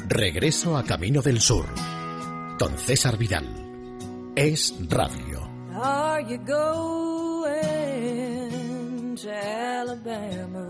Regreso a Camino del Sur, con César Vidal. Es Radio. Are you going to Alabama,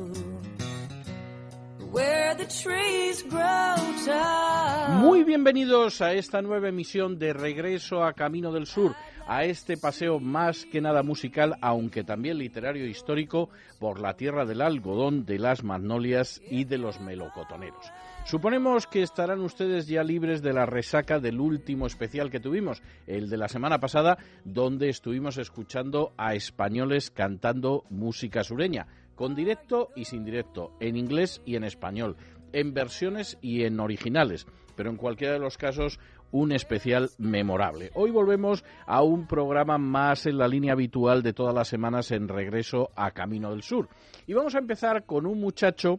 where the trees grow tall? Muy bienvenidos a esta nueva emisión de Regreso a Camino del Sur, a este paseo más que nada musical, aunque también literario e histórico, por la tierra del algodón, de las magnolias y de los melocotoneros. Suponemos que estarán ustedes ya libres de la resaca del último especial que tuvimos, el de la semana pasada, donde estuvimos escuchando a españoles cantando música sureña, con directo y sin directo, en inglés y en español, en versiones y en originales, pero en cualquiera de los casos un especial memorable. Hoy volvemos a un programa más en la línea habitual de todas las semanas en Regreso a Camino del Sur. Y vamos a empezar con un muchacho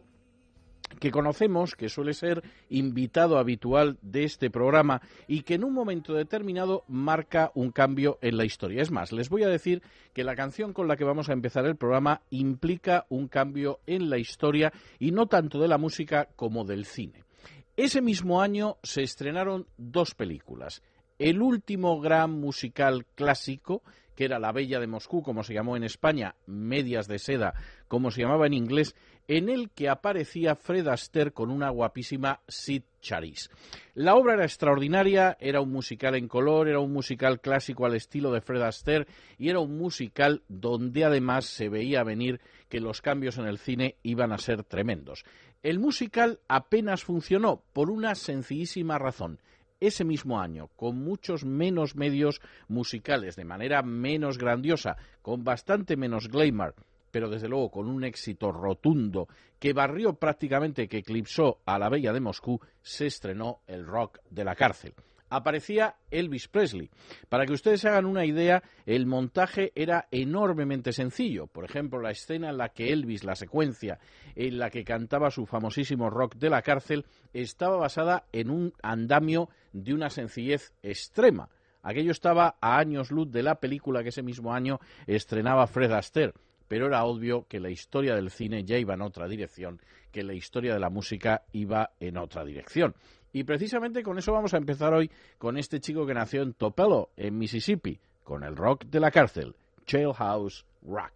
que conocemos, que suele ser invitado habitual de este programa y que en un momento determinado marca un cambio en la historia. Es más, les voy a decir que la canción con la que vamos a empezar el programa implica un cambio en la historia y no tanto de la música como del cine. Ese mismo año se estrenaron dos películas. El último gran musical clásico, que era La Bella de Moscú, como se llamó en España, Medias de Seda, como se llamaba en inglés, en el que aparecía Fred Astaire con una guapísima Sid Charisse. La obra era extraordinaria, era un musical en color, era un musical clásico al estilo de Fred Astaire y era un musical donde además se veía venir que los cambios en el cine iban a ser tremendos. El musical apenas funcionó por una sencillísima razón. Ese mismo año, con muchos menos medios musicales, de manera menos grandiosa, con bastante menos glamour, pero desde luego con un éxito rotundo que barrió prácticamente, que eclipsó a La Bella de Moscú, se estrenó El Rock de la Cárcel. Aparecía Elvis Presley. Para que ustedes se hagan una idea, el montaje era enormemente sencillo. Por ejemplo, la escena en la que Elvis, la secuencia en la que cantaba su famosísimo Rock de la Cárcel, estaba basada en un andamio de una sencillez extrema. Aquello estaba a años luz de la película que ese mismo año estrenaba Fred Astaire, pero era obvio que la historia del cine ya iba en otra dirección, que la historia de la música iba en otra dirección. Y precisamente con eso vamos a empezar hoy, con este chico que nació en Tupelo, en Mississippi, con el Rock de la Cárcel, Jailhouse Rock.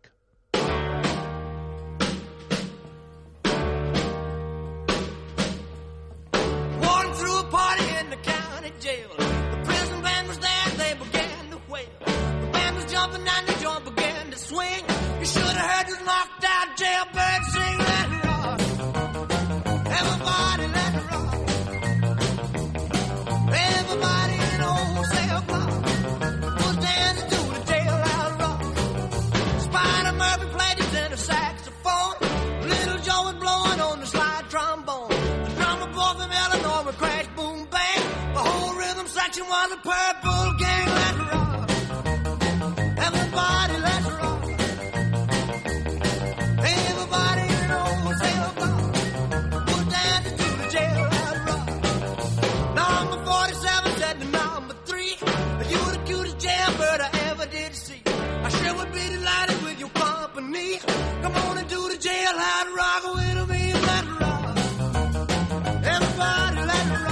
Was a purple gang, let's rock. Everybody, let's rock. Everybody in old cell block was dancing to the jailhouse rock. Number 47 said to number 3, you were the cutest jailbird I ever did see. I sure would be delighted with your company. Come on and do the jailhouse rock with me, let's rock. Everybody, let's rock.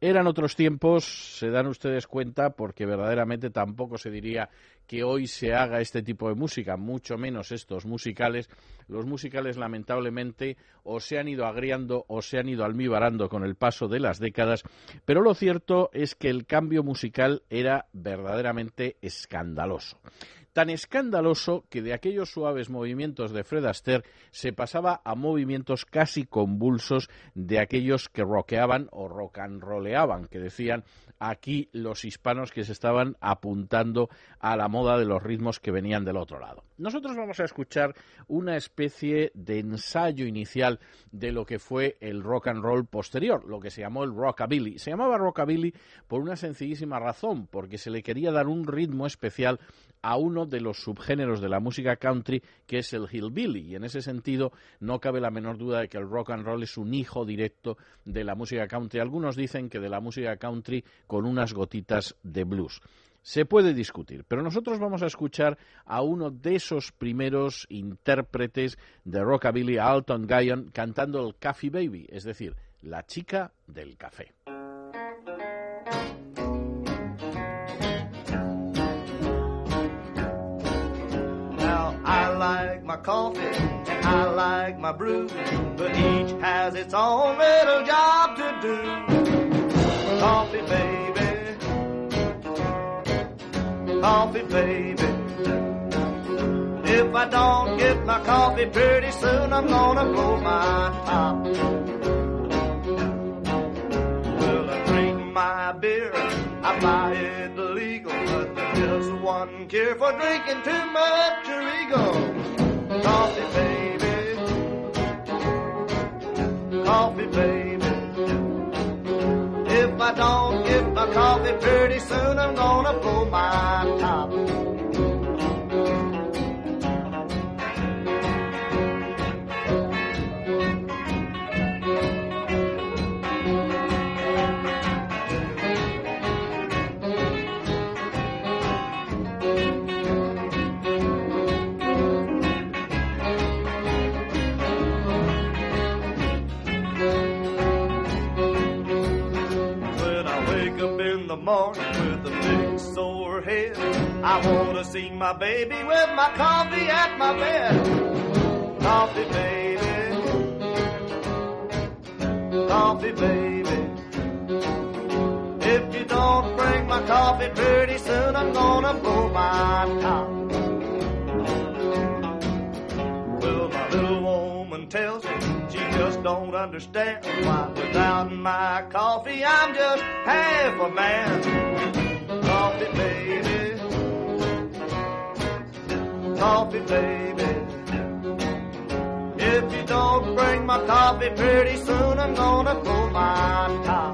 Eran otros tiempos, se dan ustedes cuenta, porque verdaderamente tampoco se diría que hoy se haga este tipo de música, mucho menos estos musicales. Los musicales, lamentablemente, o se han ido agriando o se han ido almibarando con el paso de las décadas, pero lo cierto es que el cambio musical era verdaderamente escandaloso. Tan escandaloso que de aquellos suaves movimientos de Fred Astaire se pasaba a movimientos casi convulsos de aquellos que rockeaban o rock and rolleaban, que decían aquí los hispanos que se estaban apuntando a la moda de los ritmos que venían del otro lado. Nosotros vamos a escuchar una especie de ensayo inicial de lo que fue el rock and roll posterior, lo que se llamó el rockabilly. Se llamaba rockabilly por una sencillísima razón, porque se le quería dar un ritmo especial a uno de los subgéneros de la música country, que es el hillbilly, y en ese sentido no cabe la menor duda de que el rock and roll es un hijo directo de la música country. Algunos dicen que de la música country con unas gotitas de blues. Se puede discutir, pero nosotros vamos a escuchar a uno de esos primeros intérpretes de rockabilly, a Alton Guyon, cantando el Coffee Baby, es decir, la chica del café. My coffee, I like my brew, but each has its own little job to do. Coffee baby, coffee baby. If I don't get my coffee pretty soon, I'm gonna blow my top. Well, I drink my beer, I buy it legal, but there's just one cure for drinking too much Origo. Coffee baby, coffee baby. If I don't get my coffee pretty soon, I'm gonna blow my top. Morning with a big sore head, I wanna see my baby with my coffee at my bed. Coffee baby, coffee baby. If you don't bring my coffee pretty soon, I'm gonna blow my top. Well, my little woman tells me she just don't understand why without my coffee I'm just half a man. Coffee baby, coffee baby. If you don't bring my coffee pretty soon, I'm gonna blow my top.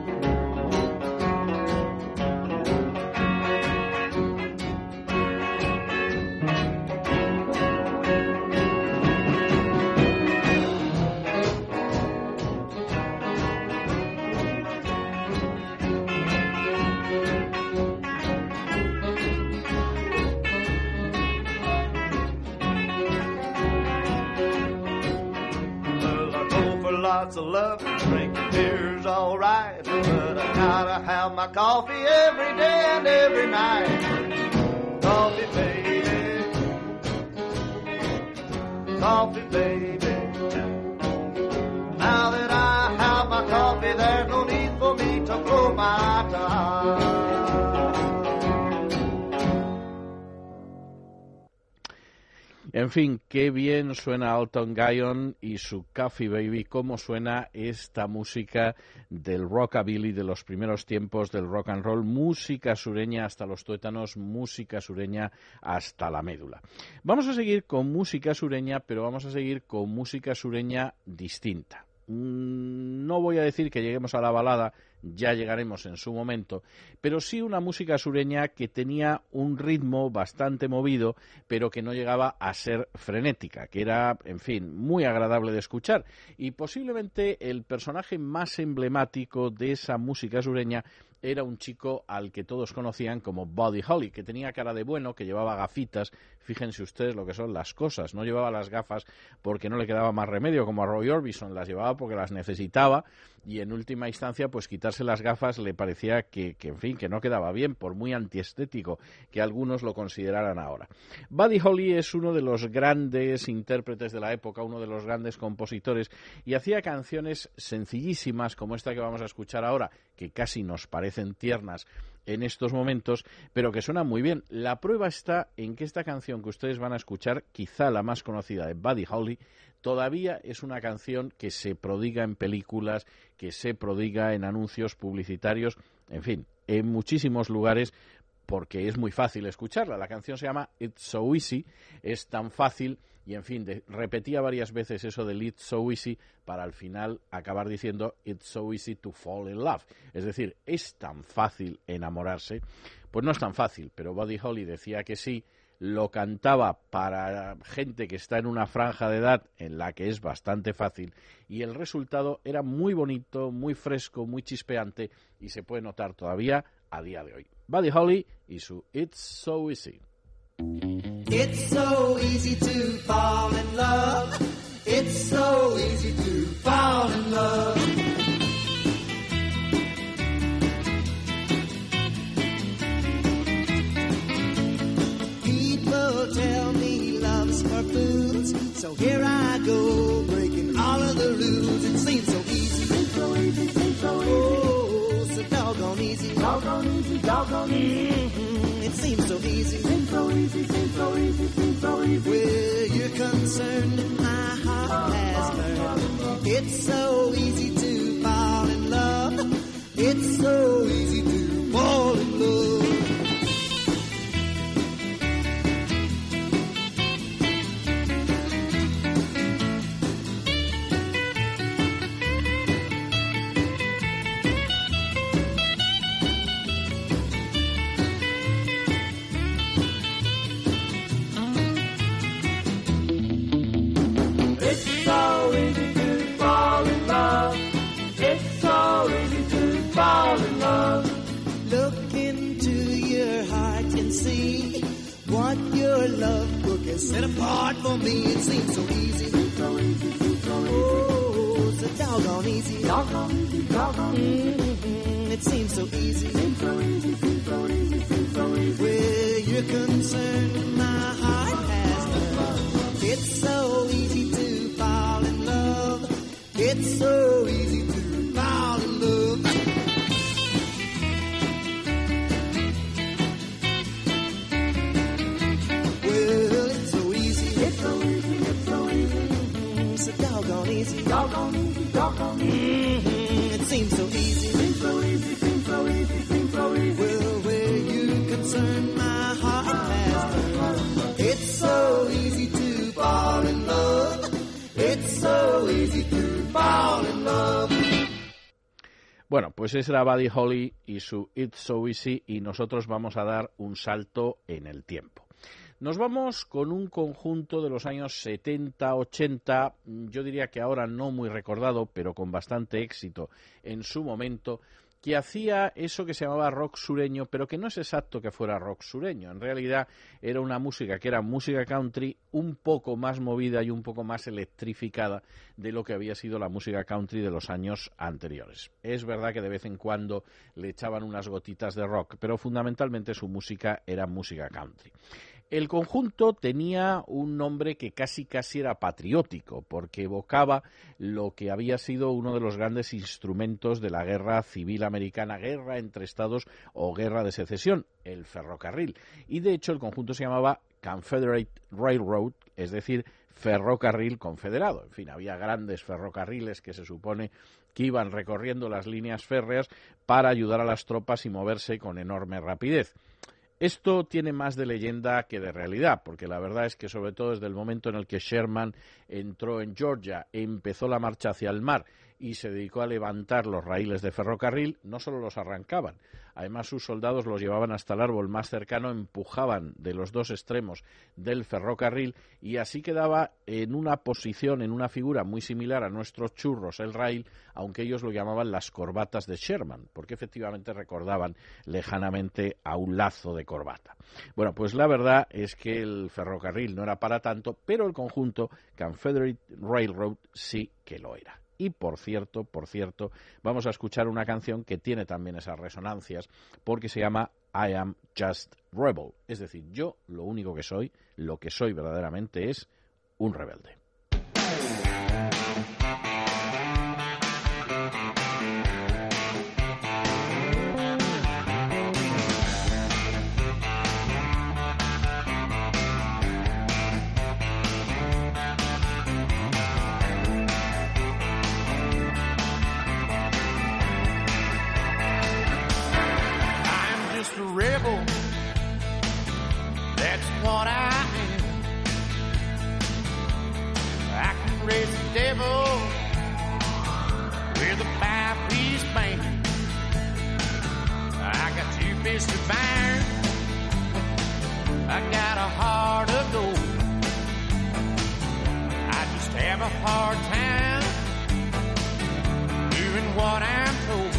Lots of love and drinking beer's alright, but I gotta have my coffee every day and every night. Coffee baby, coffee baby. Now that I have my coffee, there's no need for me to blow my top. En fin, qué bien suena Alton Guyon y su Coffee Baby, cómo suena esta música del rockabilly de los primeros tiempos del rock and roll, música sureña hasta los tuétanos, música sureña hasta la médula. Vamos a seguir con música sureña, pero vamos a seguir con música sureña distinta. No voy a decir que lleguemos a la balada, ya llegaremos en su momento, pero sí una música sureña que tenía un ritmo bastante movido, pero que no llegaba a ser frenética, que era, en fin, muy agradable de escuchar. Y posiblemente el personaje más emblemático de esa música sureña era un chico al que todos conocían como Buddy Holly, que tenía cara de bueno, que llevaba gafitas. Fíjense ustedes lo que son las cosas. No llevaba las gafas porque no le quedaba más remedio, como a Roy Orbison. Las llevaba porque las necesitaba y en última instancia pues quitarse las gafas le parecía que en fin, que no quedaba bien, por muy antiestético que algunos lo consideraran ahora. Buddy Holly es uno de los grandes intérpretes de la época, uno de los grandes compositores, y hacía canciones sencillísimas como esta que vamos a escuchar ahora, que casi nos parecen tiernas en estos momentos, pero que suenan muy bien. La prueba está en que esta canción que ustedes van a escuchar, quizá la más conocida de Buddy Holly, todavía es una canción que se prodiga en películas, que se prodiga en anuncios publicitarios, en fin, en muchísimos lugares, porque es muy fácil escucharla. La canción se llama It's So Easy, es tan fácil, y en fin, repetía varias veces eso del It's So Easy para al final acabar diciendo It's So Easy to Fall in Love. Es decir, es tan fácil enamorarse. Pues no es tan fácil, pero Buddy Holly decía que sí, lo cantaba para gente que está en una franja de edad en la que es bastante fácil, y el resultado era muy bonito, muy fresco, muy chispeante, y se puede notar todavía a día de hoy. Buddy Holly y su It's So Easy. It's so easy to fall in love. It's so easy to fall in love. People tell me love's for fools, so here I go, breaking all of the rules. It seems so easy. Seems so easy, seems so easy. Oh, so doggone easy. Doggone easy, doggone easy. It seems so easy. Seems so easy, seems so easy, seems so easy. Where you're concerned, my heart has learned. It's so easy to fall in love. It's so easy to fall in love. Set apart for me, it seems so easy. Oh, so doggone easy. Doggone easy, doggone easy. It seems so easy. Where you're concerned, my heart has learned. It's so easy to fall in love. It's so easy to fall in love. Doggone easy, doggone easy. It seems so easy. Seems so easy, seems so easy, seems so easy. Well, where you're concerned, my heart has learned. It's so easy to fall in love. It's so easy to fall in love. Bueno, pues ese era Buddy Holly y su It's So Easy, y nosotros vamos a dar un salto en el tiempo. Nos vamos con un conjunto de los años 70-80, yo diría que ahora no muy recordado, pero con bastante éxito en su momento, que hacía eso que se llamaba rock sureño, pero que no es exacto que fuera rock sureño. En realidad era una música que era música country un poco más movida y un poco más electrificada de lo que había sido la música country de los años anteriores. Es verdad que de vez en cuando le echaban unas gotitas de rock, pero fundamentalmente su música era música country. El conjunto tenía un nombre que casi era patriótico, porque evocaba lo que había sido uno de los grandes instrumentos de la guerra civil americana, guerra entre estados o guerra de secesión, el ferrocarril. Y de hecho el conjunto se llamaba Confederate Railroad, es decir, ferrocarril confederado. En fin, había grandes ferrocarriles que se supone que iban recorriendo las líneas férreas para ayudar a las tropas y moverse con enorme rapidez. Esto tiene más de leyenda que de realidad, porque la verdad es que sobre todo desde el momento en el que Sherman entró en Georgia, empezó la marcha hacia el mar y se dedicó a levantar los raíles de ferrocarril, no solo los arrancaban, además sus soldados los llevaban hasta el árbol más cercano, empujaban de los dos extremos del ferrocarril y así quedaba en una posición, en una figura muy similar a nuestros churros, el rail, aunque ellos lo llamaban las corbatas de Sherman, porque efectivamente recordaban lejanamente a un lazo de corbata. Bueno, pues la verdad es que el ferrocarril no era para tanto, pero el conjunto Confederate Railroad sí que lo era. Y por cierto, vamos a escuchar una canción que tiene también esas resonancias, porque se llama I Am Just Rebel. Es decir, yo lo único que soy, lo que soy verdaderamente es un rebelde. Rebel, that's what I am. I can raise the devil with a 5-piece band. I got 2 fists of iron, I got a heart of gold. I just have a hard time doing what I'm told.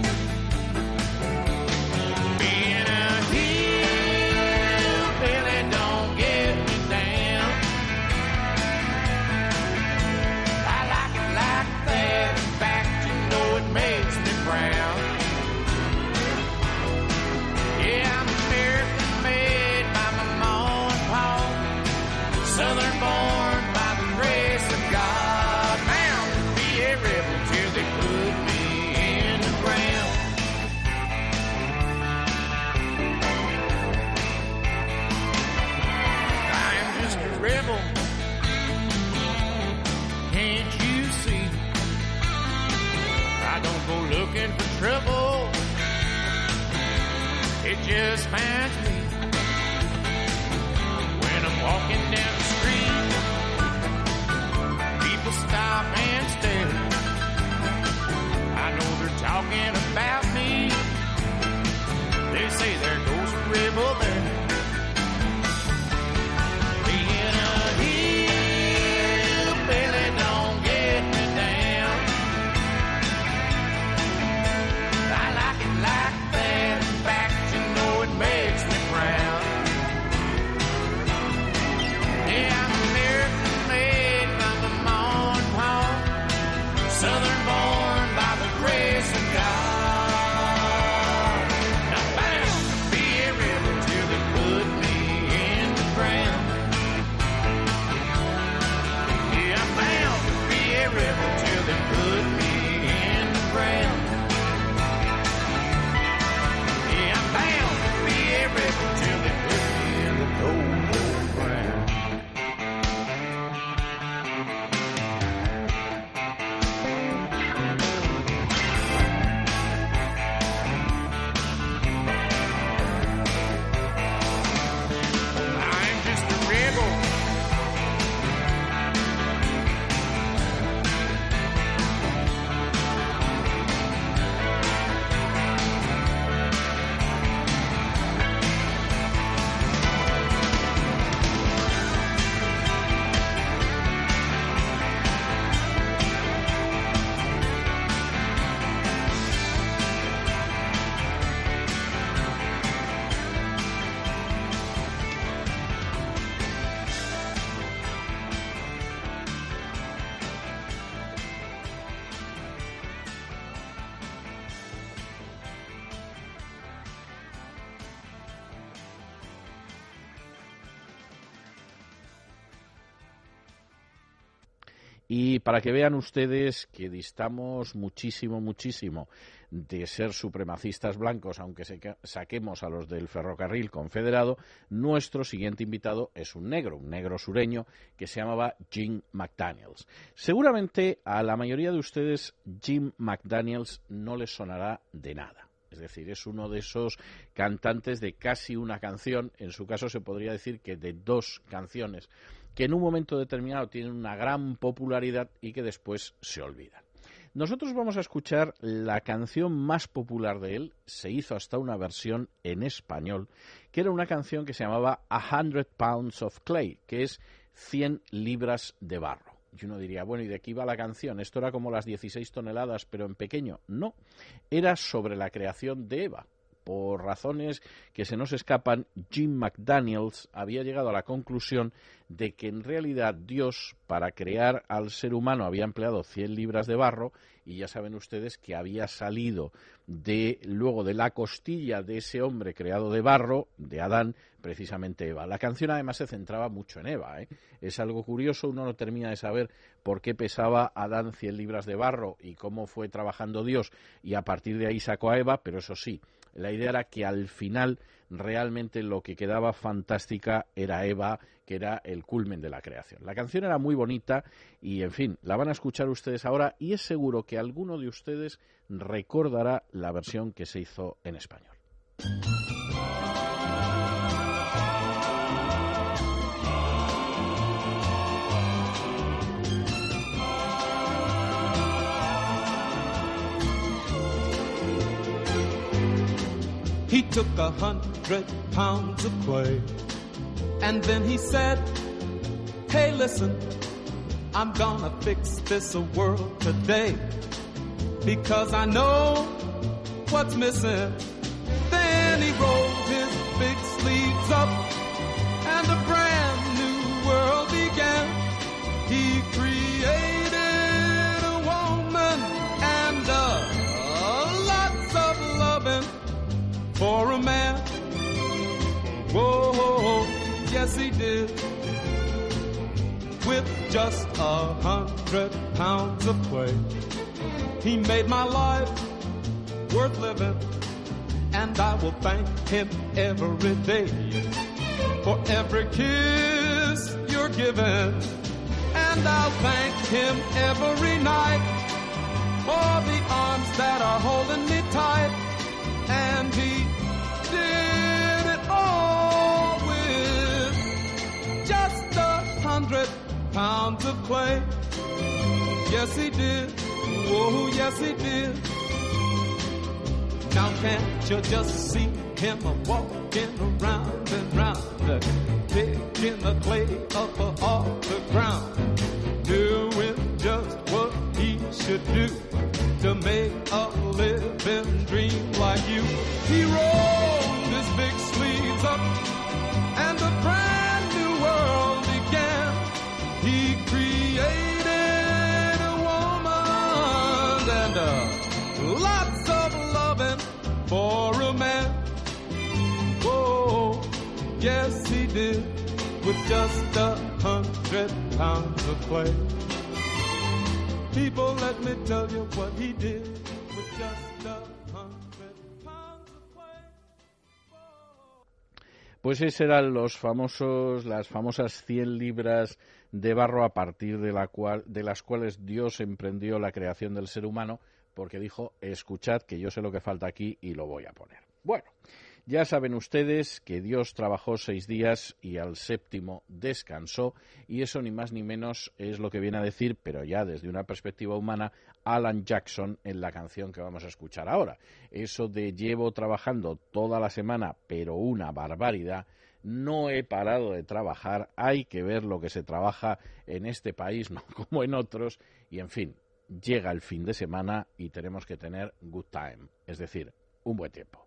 Looking for trouble, it just finds me when I'm walking down the street. People stop and stare. I know they're talking about me. They say there goes a rebel there. Being a hillbilly don't get me down. Like that, in fact, you know it makes me proud. Yeah, I'm American made from the morning home, Southern born by the grace of God. Now bound to be a rebel till they put me in the ground. Yeah, I'm bound to be a rebel till they put me in the ground. Till they put me in the cold, cold ground. I'm just a rebel. Y para que vean ustedes que distamos muchísimo de ser supremacistas blancos, aunque saquemos a los del ferrocarril confederado, nuestro siguiente invitado es un negro sureño que se llamaba Jim McDaniels. Seguramente a la mayoría de ustedes Jim McDaniels no les sonará de nada. Es decir, es uno de esos cantantes de casi una canción, en su caso se podría decir que de 2 canciones, que en un momento determinado tienen una gran popularidad y que después se olvidan. Nosotros vamos a escuchar la canción más popular de él, se hizo hasta una versión en español, que era una canción que se llamaba 100 Pounds of Clay, que es 100 libras de barro. Y uno diría, bueno, ¿y de aquí va la canción? ¿Esto era como las 16 toneladas, pero en pequeño? No, era sobre la creación de Eva. por razones que se nos escapan, Jim McDaniels había llegado a la conclusión de que en realidad Dios, para crear al ser humano, había empleado 100 libras de barro, y ya saben ustedes que había salido luego de la costilla de ese hombre creado de barro, de Adán, precisamente Eva. La canción además se centraba mucho en Eva, ¿eh? Es algo curioso, uno no termina de saber por qué pesaba Adán 100 libras de barro y cómo fue trabajando Dios, y a partir de ahí sacó a Eva, pero eso sí, la idea era que al final realmente lo que quedaba fantástica era Eva, que era el culmen de la creación. La canción era muy bonita y, en fin, la van a escuchar ustedes ahora, y es seguro que alguno de ustedes recordará la versión que se hizo en español. He took 100 pounds of clay, and then he said, hey, listen, I'm gonna fix this world today, because I know what's missing. Then he rolled his big sleeves up, and a brand new world began. He created a woman and lots of loving for a man. Whoa, yes he did. With just 100 pounds of clay, he made my life worth living, and I will thank him every day for every kiss you're giving, and I'll thank him every night for the arms that are holding me tight. And he did it all with just 100 pounds of clay. Yes, he did. Oh, yes, he did. Now can't you just see him walking around and round, picking the clay up off the ground, doing just what he should do to make a living dream like you. He rolled his big sleeves up, and a brand new world began. He created a woman and lots of loving for a man. Oh, yes he did, with just 100 pounds of clay. People, let me tell you what he did with just 100 pounds of clay. Pues esas eran las famosas 100 libras de barro, a partir de las cuales Dios emprendió la creación del ser humano, porque dijo, escuchad que yo sé lo que falta aquí y lo voy a poner. Bueno, ya saben ustedes que Dios trabajó 6 días y al 7º descansó, y eso ni más ni menos es lo que viene a decir, pero ya desde una perspectiva humana, Alan Jackson en la canción que vamos a escuchar ahora. Eso de llevo trabajando toda la semana, pero una barbaridad, no he parado de trabajar, hay que ver lo que se trabaja en este país, no como en otros, y en fin, llega el fin de semana y tenemos que tener good time, es decir, un buen tiempo.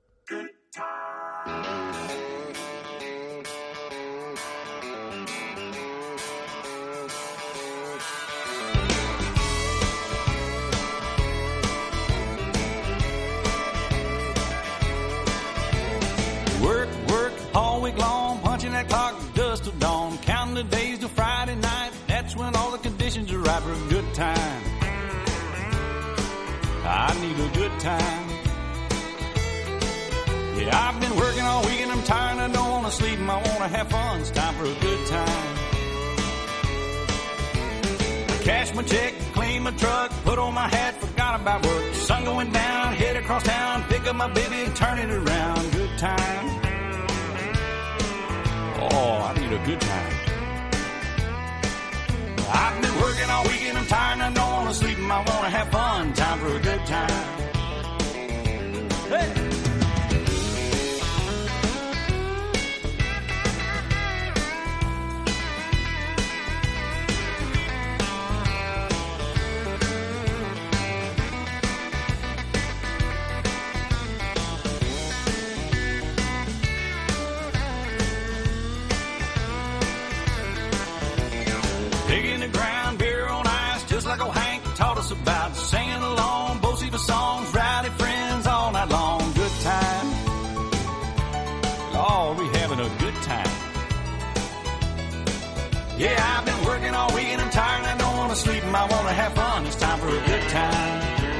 Work all week long, punching that clock dust till dawn, counting the days till Friday night. That's when all the conditions are right for a good time. I need a good time. Yeah, I've been working all week and I'm tired, I don't want to sleep and I want to have fun. It's time for a good time. Cash my check, clean my truck, put on my hat, forgot about work. Sun going down, head across town, pick up my baby, turn it around. Good time. Oh, I need a good time. I've been working all week and I'm tired and I don't want to sleep and I want to have fun. Time for a good time. Hey! Yeah, I've been working all week and I'm tired and I don't want to sleep and I want to have fun. It's time for a good time.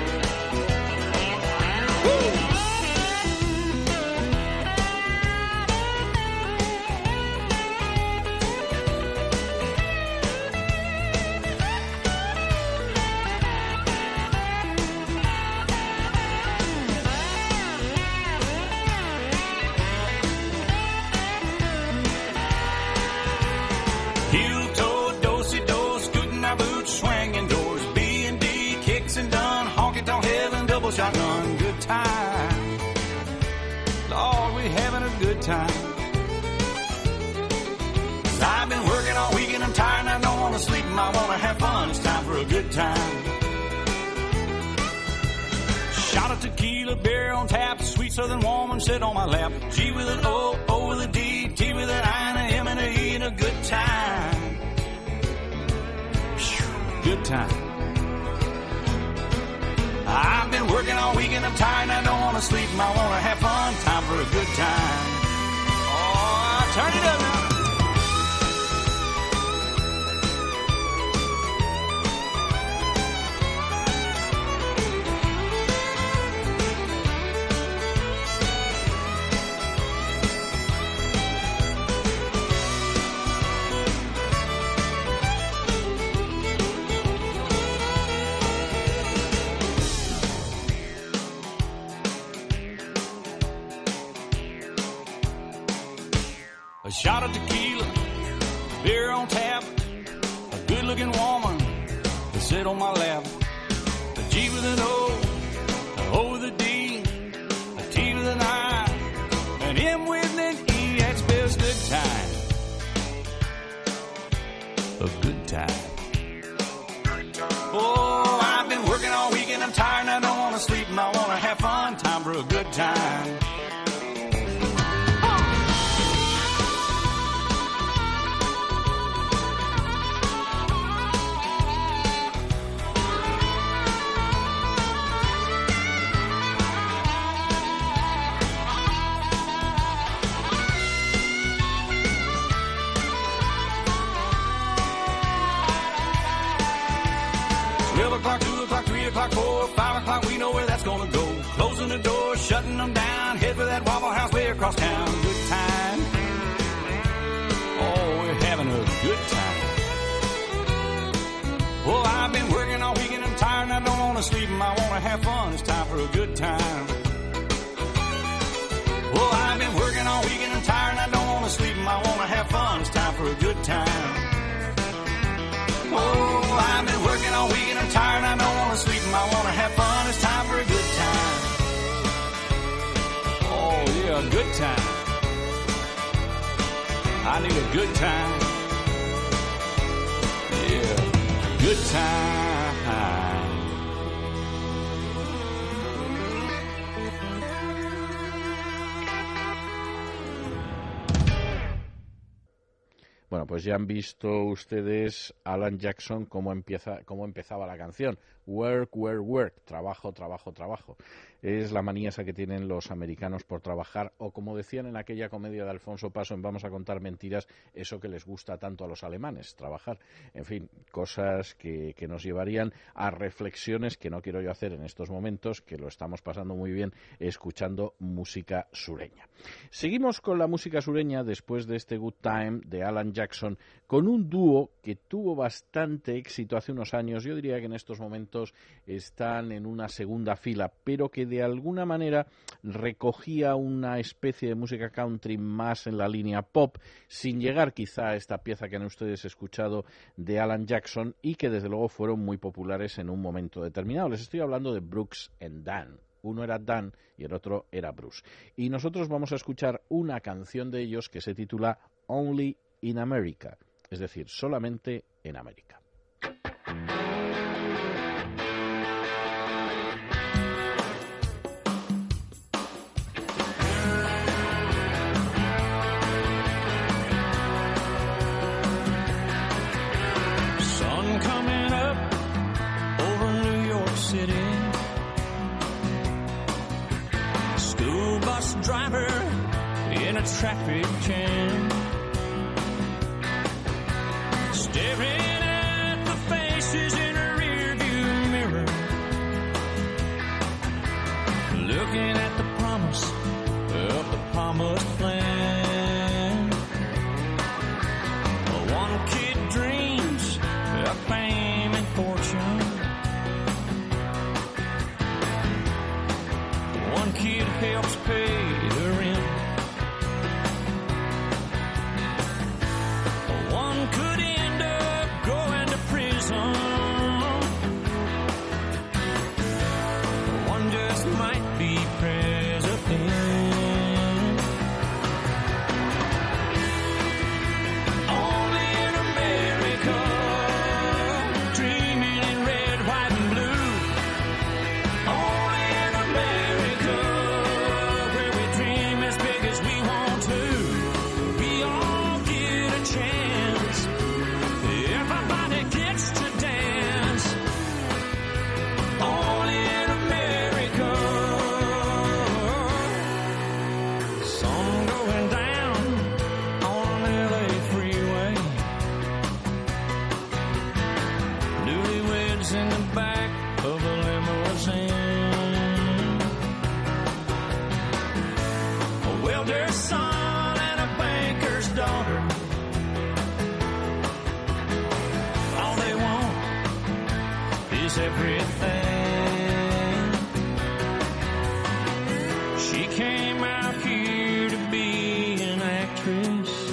Shotgun, good time. Lord, we're having a good time. I've been working all week and I'm tired and I don't want to sleep and I want to have fun. It's time for a good time. Shot of tequila, beer on tap, sweet southern woman sit on my lap. G with an O, O with a D, T with an I and a M and a E and a good time. Good time. I've been working all week and I'm tired and I don't want to sleep and I want to have fun. Time for a good time. Oh, turn it up now. A shot of tequila, beer on tap, a good-looking woman to sit on my lap. A G with an O, an O with a D, a T with an I, an M with an E. That spells good time. A good time. Oh, I've been working all week and I'm tired and I don't want to sleep and I want to have fun. Time for a good time. O'clock, 2 o'clock, 3 o'clock, 4, 5 o'clock, we know where that's gonna go. Closing the doors, shutting them down, head for that Waffle House way across town. Good time. Oh, we're having a good time. Oh, I've been working all week and I'm tired and I don't want to sleep and I want to have fun. It's time for a good time. Oh, I've been working all week and I'm tired and I don't want to sleep and I want to have fun. It's time for a good time. Oh, I've been working all week and I'm tired and I don't want to sleep and I want to have fun. It's time for a good time. Oh, yeah, a good time. I need a good time. Yeah, good time. Bueno, pues ya han visto ustedes Alan Jackson cómo empezaba la canción. Work, work, work. Trabajo, trabajo, trabajo. Es la manía esa que tienen los americanos por trabajar, o como decían en aquella comedia de Alfonso Paso en Vamos a contar mentiras, eso que les gusta tanto a los alemanes, trabajar. En fin, cosas que nos llevarían a reflexiones que no quiero yo hacer en estos momentos, que lo estamos pasando muy bien escuchando música sureña. Seguimos con la música sureña después de este Good Time de Alan Jackson, con un dúo que tuvo bastante éxito hace unos años. Yo diría que en estos momentos están en una segunda fila, pero que de alguna manera recogía una especie de música country más en la línea pop, sin llegar quizá a esta pieza que han ustedes escuchado de Alan Jackson y que desde luego fueron muy populares en un momento determinado. Les estoy hablando de Brooks and Dunn. Uno era Dan y el otro era Bruce. Y nosotros vamos a escuchar una canción de ellos que se titula Only in America, es decir, solamente en América. Sun coming up over New York City. School bus driver in a traffic jam. must plan. One kid dreams of fame and fortune. One kid helps pay the rent. One could end up going to prison. One just might be president. Only in America, dreaming in red, white, and blue. Only in America, where we dream as big as we want to. We all get a chance. Everybody gets to dance. Only in America. Sun going down on LA freeway. Newlyweds in the back of a limousine. A welder's son and a banker's daughter. All they want is everything. She came out here to be an actress.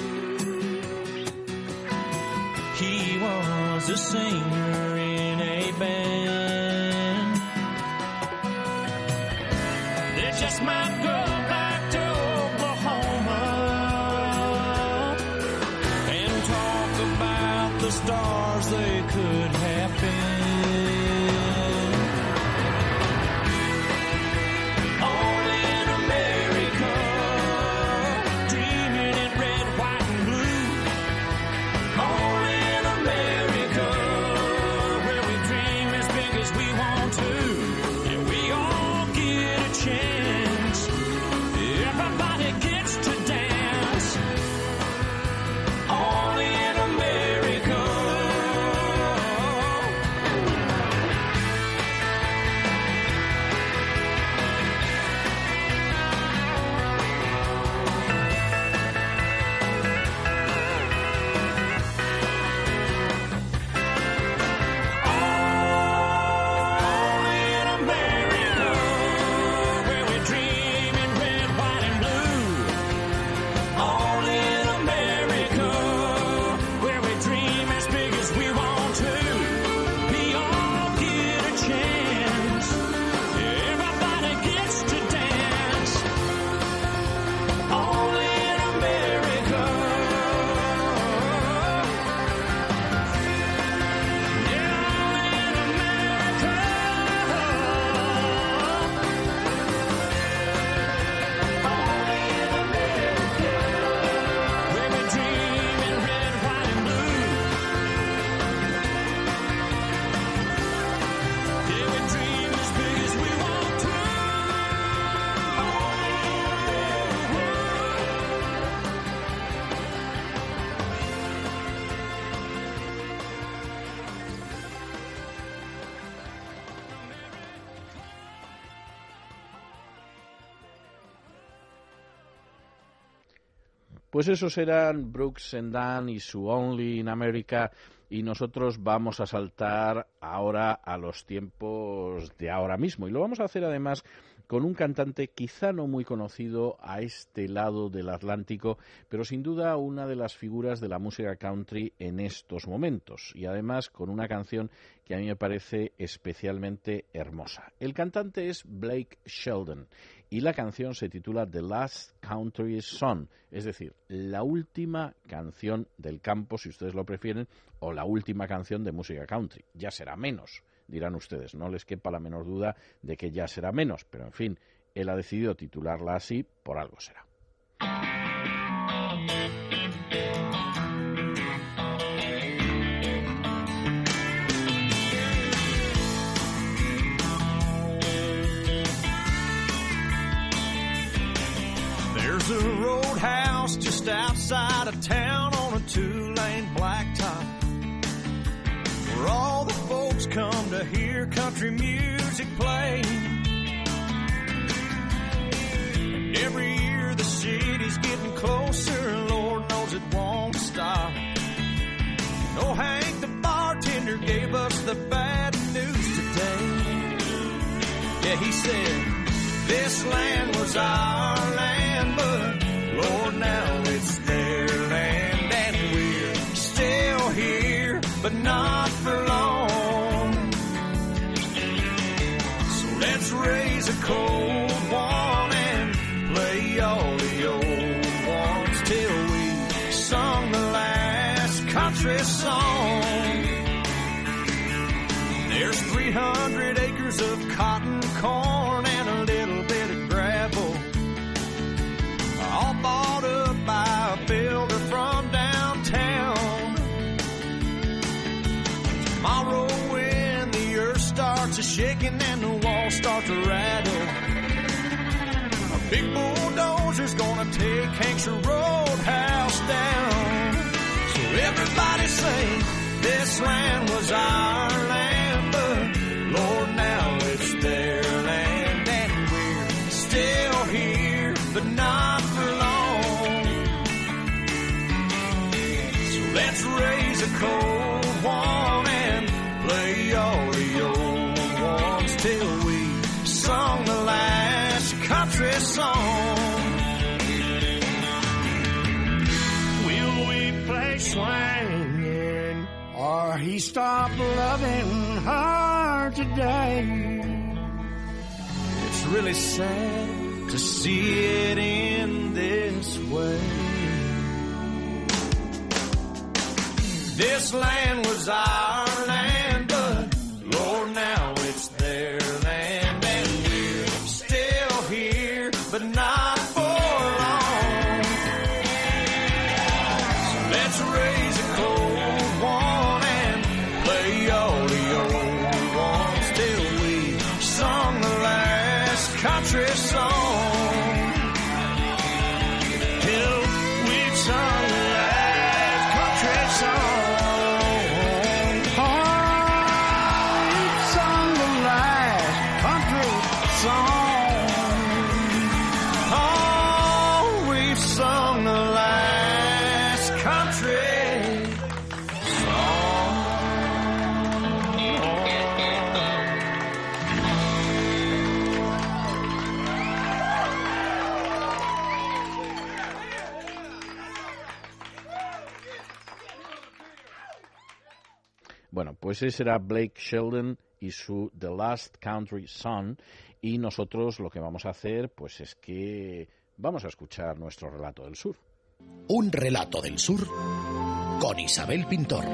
He was a singer in a band. They just might go back to Oklahoma and talk about the stars they could have been. Only in America, dreaming in red, white, and blue. Only in America, where we dream as big as we want to. And we all get a chance. Everybody gets to dance. Only in America. Only in America, where we dream in red, white, and blue. Only in America, where we dream as big as we want to. We all get a chance. Everybody gets to dance. Only in America. Yeah, only in America. Only in America, where we dream in red, white, and blue. Yeah, we dream as big as we want to. Only in Pues esos eran Brooks and Dunn y su Only in America, y nosotros vamos a saltar ahora a los tiempos de ahora mismo, y lo vamos a hacer además con un cantante quizá no muy conocido a este lado del Atlántico, pero sin duda una de las figuras de la música country en estos momentos, y además con una canción que a mí me parece especialmente hermosa. El cantante es Blake Shelton y la canción se titula The Last Country Song, es decir, la última canción del campo, si ustedes lo prefieren, o la última canción de música country. Ya será menos, dirán ustedes, no les quepa la menor duda de que ya será menos, pero en fin, él ha decidido titularla así, por algo será. There's a roadhouse just outside of town on a two-lane blacktop, where all the folks come to hear country music play. And every year the city day's getting closer, Lord knows it won't stop. Oh, Hank, the bartender gave us the bad news today. Yeah, he said, this land was our land, but Lord, now it's their land, and we're still here, but not for long. So let's raise a cold one and play all the old ones till we sung the last country song. There's 300 acres of cotton, corn, and a little bit of gravel, all bought up by a builder from downtown. Tomorrow when the earth starts a-shaking and the walls start to rattle, a big bulldozer's gonna take Hank's roadhouse down. So everybody sing, this land was our land, but Lord, now it's their land, and we're still here, but not for long. So let's raise a cold one and play all the old ones till we sung the last country song. Will we play swinging, or he stopped loving her today? It's really sad to see it in this way. This land was our land, but Lord, now it's their land, and we're still here, but not for long. So let's raise a cold one and play all the old ones till we sung the last country song. Till we've sung the last country song. Bueno, pues ese era Blake Shelton y su The Last Country Song, y nosotros lo que vamos a hacer pues es que vamos a escuchar nuestro relato del sur. Un relato del sur con Isabel Pintor.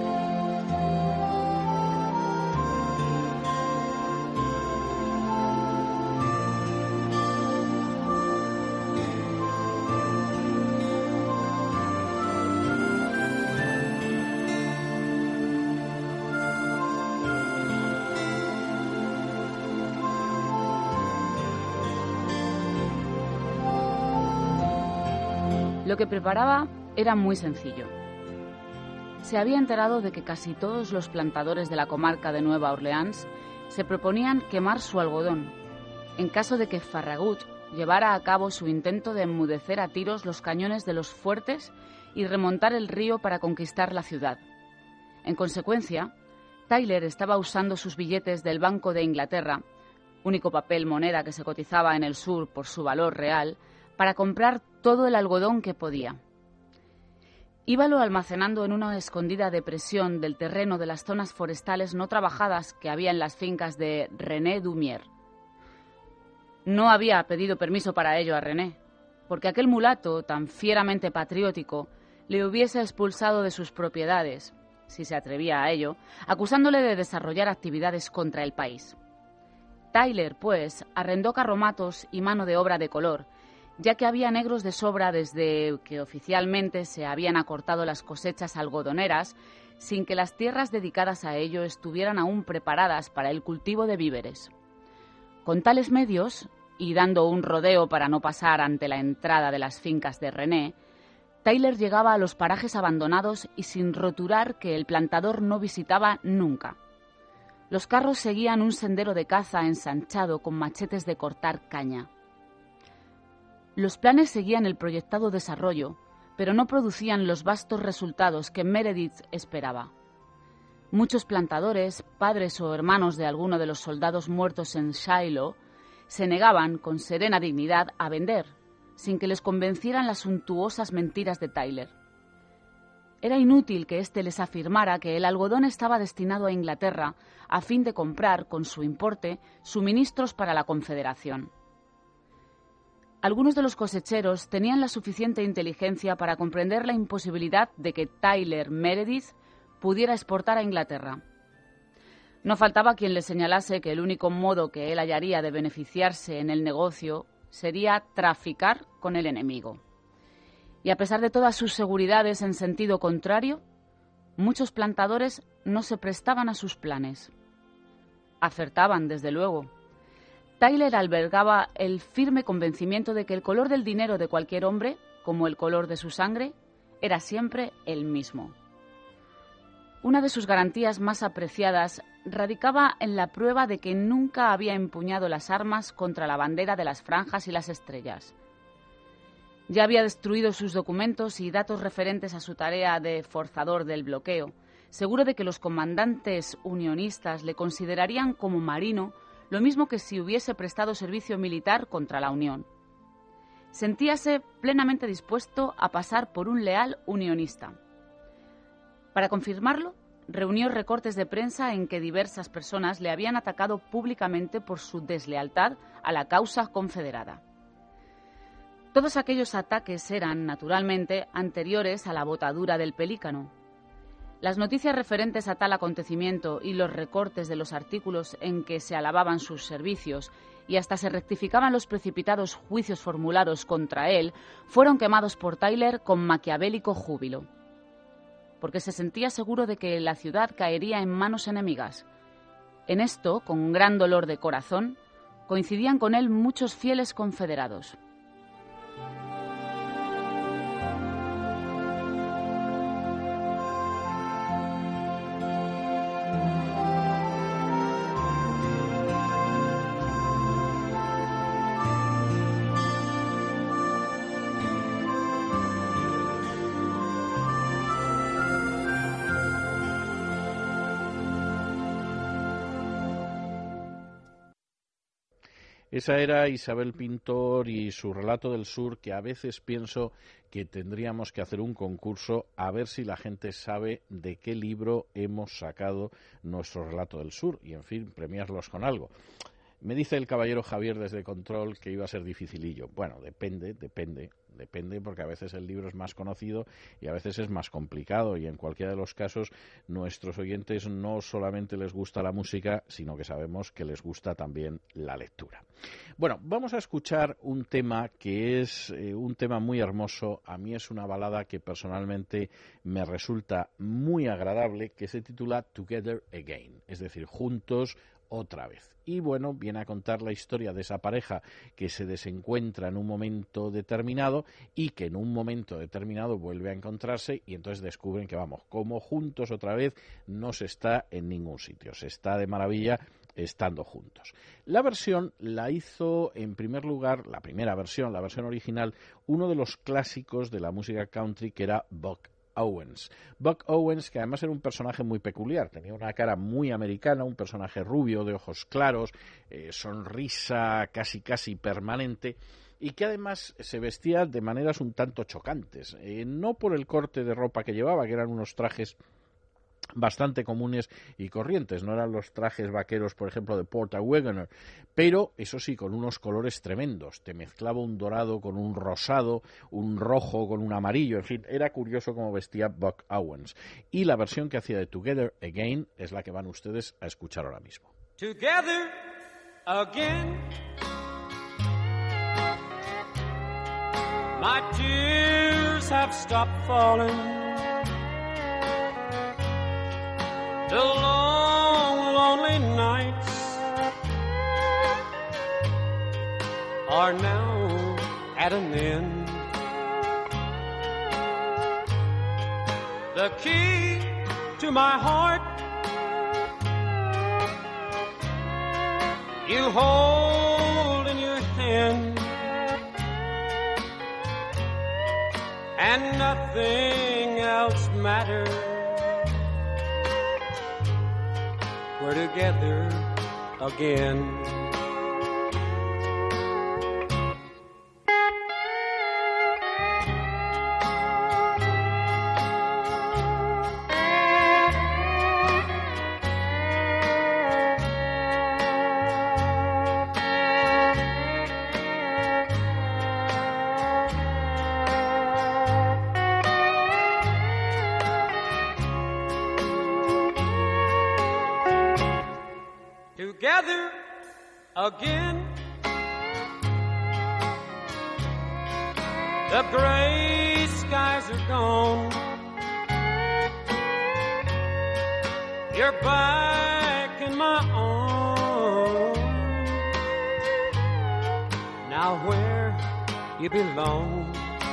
Lo que preparaba era muy sencillo. Se había enterado de que casi todos los plantadores de la comarca de Nueva Orleans se proponían quemar su algodón, en caso de que Farragut llevara a cabo su intento de enmudecer a tiros los cañones de los fuertes y remontar el río para conquistar la ciudad. En consecuencia, Tyler estaba usando sus billetes del Banco de Inglaterra, único papel moneda que se cotizaba en el sur por su valor real, para comprar todo el algodón que podía. Íbalo almacenando en una escondida depresión del terreno de las zonas forestales no trabajadas que había en las fincas de René Dumier. No había pedido permiso para ello a René, porque aquel mulato, tan fieramente patriótico, le hubiese expulsado de sus propiedades, si se atrevía a ello, acusándole de desarrollar actividades contra el país. Tyler, pues, arrendó carromatos y mano de obra de color, ya que había negros de sobra desde que oficialmente se habían acortado las cosechas algodoneras, sin que las tierras dedicadas a ello estuvieran aún preparadas para el cultivo de víveres. Con tales medios, y dando un rodeo para no pasar ante la entrada de las fincas de René, Tyler llegaba a los parajes abandonados y sin roturar que el plantador no visitaba nunca. Los carros seguían un sendero de caza ensanchado con machetes de cortar caña. Los planes seguían el proyectado desarrollo, pero no producían los vastos resultados que Meredith esperaba. Muchos plantadores, padres o hermanos de alguno de los soldados muertos en Shiloh, se negaban con serena dignidad a vender, sin que les convencieran las suntuosas mentiras de Tyler. Era inútil que éste les afirmara que el algodón estaba destinado a Inglaterra a fin de comprar, con su importe, suministros para la Confederación. Algunos de los cosecheros tenían la suficiente inteligencia para comprender la imposibilidad de que Tyler Meredith pudiera exportar a Inglaterra. No faltaba quien le señalase que el único modo que él hallaría de beneficiarse en el negocio sería traficar con el enemigo. Y a pesar de todas sus seguridades en sentido contrario, muchos plantadores no se prestaban a sus planes. Acertaban, desde luego. Tyler albergaba el firme convencimiento de que el color del dinero de cualquier hombre, como el color de su sangre, era siempre el mismo. Una de sus garantías más apreciadas radicaba en la prueba de que nunca había empuñado las armas contra la bandera de las franjas y las estrellas. Ya había destruido sus documentos y datos referentes a su tarea de forzador del bloqueo, seguro de que los comandantes unionistas le considerarían como marino, lo mismo que si hubiese prestado servicio militar contra la Unión. Sentíase plenamente dispuesto a pasar por un leal unionista. Para confirmarlo, reunió recortes de prensa en que diversas personas le habían atacado públicamente por su deslealtad a la causa confederada. Todos aquellos ataques eran, naturalmente, anteriores a la botadura del Pelícano. Las noticias referentes a tal acontecimiento y los recortes de los artículos en que se alababan sus servicios y hasta se rectificaban los precipitados juicios formulados contra él fueron quemados por Tyler con maquiavélico júbilo, porque se sentía seguro de que la ciudad caería en manos enemigas. En esto, con gran dolor de corazón, coincidían con él muchos fieles confederados. Esa era Isabel Pintor y su relato del sur, que a veces pienso que tendríamos que hacer un concurso a ver si la gente sabe de qué libro hemos sacado nuestro relato del sur y, en fin, premiarlos con algo. Me dice el caballero Javier desde Control que iba a ser dificilillo. Bueno, depende, porque a veces el libro es más conocido y a veces es más complicado, y en cualquiera de los casos nuestros oyentes no solamente les gusta la música, sino que sabemos que les gusta también la lectura. Bueno, vamos a escuchar un tema que es un tema muy hermoso. A mí es una balada que personalmente me resulta muy agradable, que se titula Together Again, es decir, juntos otra vez. Y bueno, viene a contar la historia de esa pareja que se desencuentra en un momento determinado y que en un momento determinado vuelve a encontrarse, y entonces descubren que, vamos, como juntos otra vez no se está en ningún sitio, se está de maravilla estando juntos. La versión la hizo, en primer lugar, la versión original, uno de los clásicos de la música country, que era Buck Owens. Buck Owens, que además era un personaje muy peculiar, tenía una cara muy americana, un personaje rubio, de ojos claros, sonrisa casi permanente, y que además se vestía de maneras un tanto chocantes, no por el corte de ropa que llevaba, que eran unos trajes bastante comunes y corrientes, no eran los trajes vaqueros, por ejemplo, de Porter Wagoner, pero eso sí, con unos colores tremendos. Te mezclaba un dorado con un rosado, un rojo con un amarillo, en fin, era curioso cómo vestía Buck Owens. Y la versión que hacía de Together Again es la que van ustedes a escuchar ahora mismo. Together again, my tears have stopped falling. The long, lonely nights are now at an end. The key to my heart you hold in your hand. and nothing else matters. We're together again. Together again. The gray skies are gone. You're back in my arms. Now where you belong.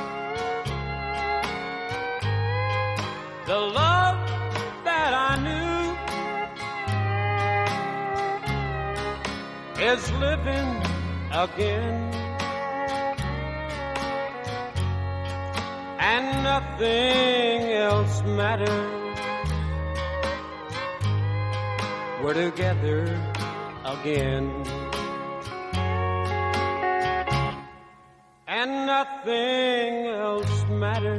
The love that I knew is living again, and nothing else matters. We're together again, and nothing else matters.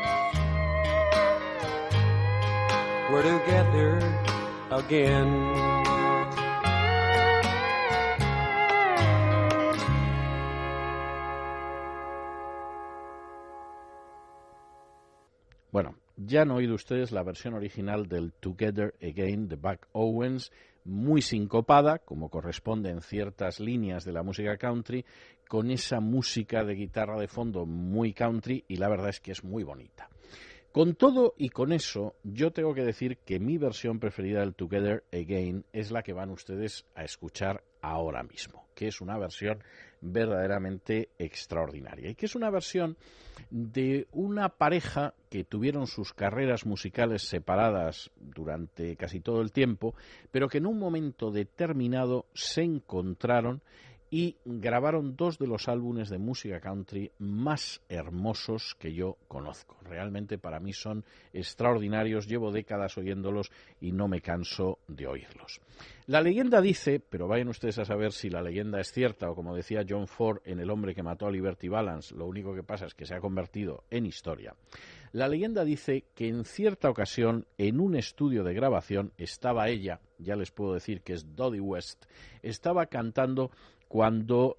We're together again. Bueno, ya han oído ustedes la versión original del Together Again de Buck Owens, muy sincopada, como corresponde en ciertas líneas de la música country, con esa música de guitarra de fondo muy country, y la verdad es que es muy bonita. Con todo y con eso, yo tengo que decir que mi versión preferida del Together Again es la que van ustedes a escuchar ahora mismo, que es una versión verdaderamente extraordinaria, y que es una versión de una pareja que tuvieron sus carreras musicales separadas durante casi todo el tiempo, pero que en un momento determinado se encontraron y grabaron dos de los álbumes de música country más hermosos que yo conozco. Realmente para mí son extraordinarios, llevo décadas oyéndolos y no me canso de oírlos. La leyenda dice, pero vayan ustedes a saber si la leyenda es cierta, o como decía John Ford en El hombre que mató a Liberty Balance, lo único que pasa es que se ha convertido en historia. La leyenda dice que en cierta ocasión, en un estudio de grabación, estaba ella, ya les puedo decir que es Dodie West, estaba cantando cuando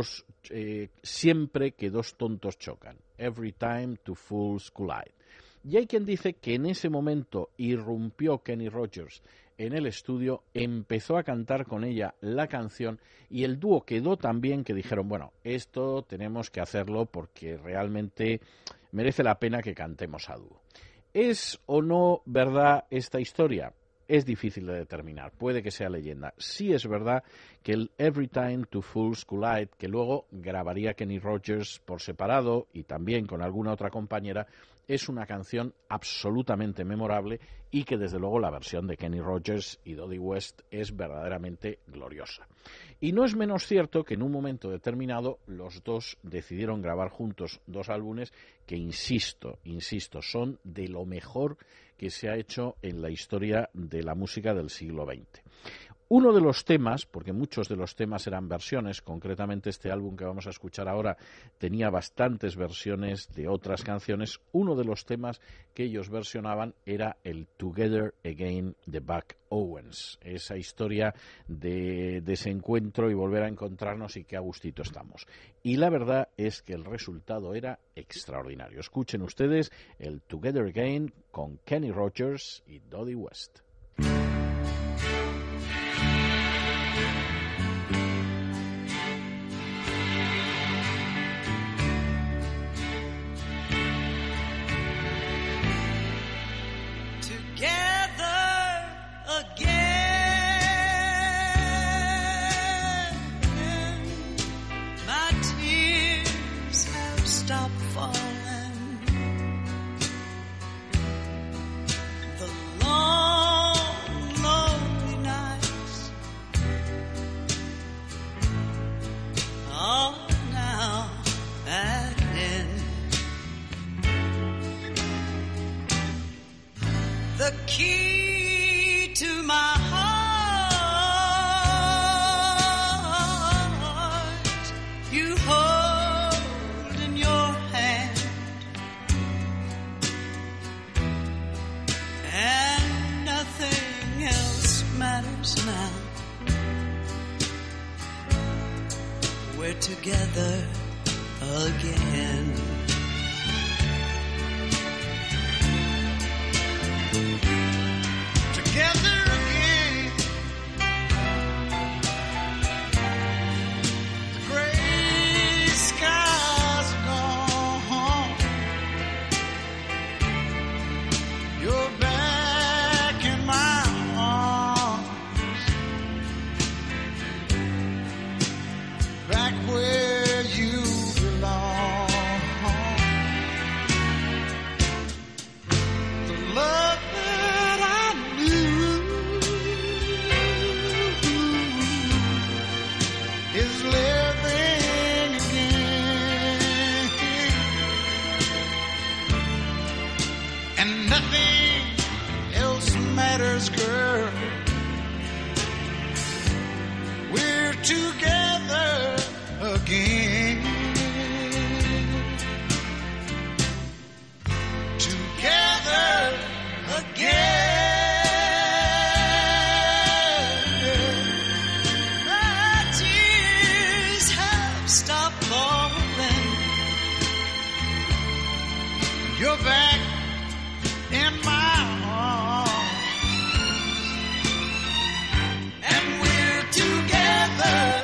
siempre que dos tontos chocan, Every Time Two Fools Collide. Y hay quien dice que en ese momento irrumpió Kenny Rogers en el estudio, empezó a cantar con ella la canción y el dúo quedó tan bien que dijeron, bueno, esto tenemos que hacerlo porque realmente merece la pena que cantemos a dúo. ¿Es o no verdad esta historia? Es difícil de determinar, puede que sea leyenda. Sí es verdad que el Every Time Two Fools Collide, que luego grabaría Kenny Rogers por separado y también con alguna otra compañera, es una canción absolutamente memorable y que desde luego la versión de Kenny Rogers y Dodie West es verdaderamente gloriosa. Y no es menos cierto que en un momento determinado los dos decidieron grabar juntos dos álbumes que, insisto, son de lo mejor que se ha hecho en la historia de la música del siglo XX. Uno de los temas, porque muchos de los temas eran versiones, concretamente este álbum que vamos a escuchar ahora tenía bastantes versiones de otras canciones, uno de los temas que ellos versionaban era el Together Again de Buck Owens, esa historia de desencuentro y volver a encontrarnos y qué a gustito estamos. Y la verdad es que el resultado era extraordinario. Escuchen ustedes el Together Again con Kenny Rogers y Dodie West. The long the key to my heart you hold in your hand, and nothing else matters now. We're together again. Together again. The gray skies are gone. You're back in my arms, back where you belong. The love that I knew is living again, and nothing else matters, girl. We're together again. Together again. My tears have stopped falling. You're back in my arms, and we're together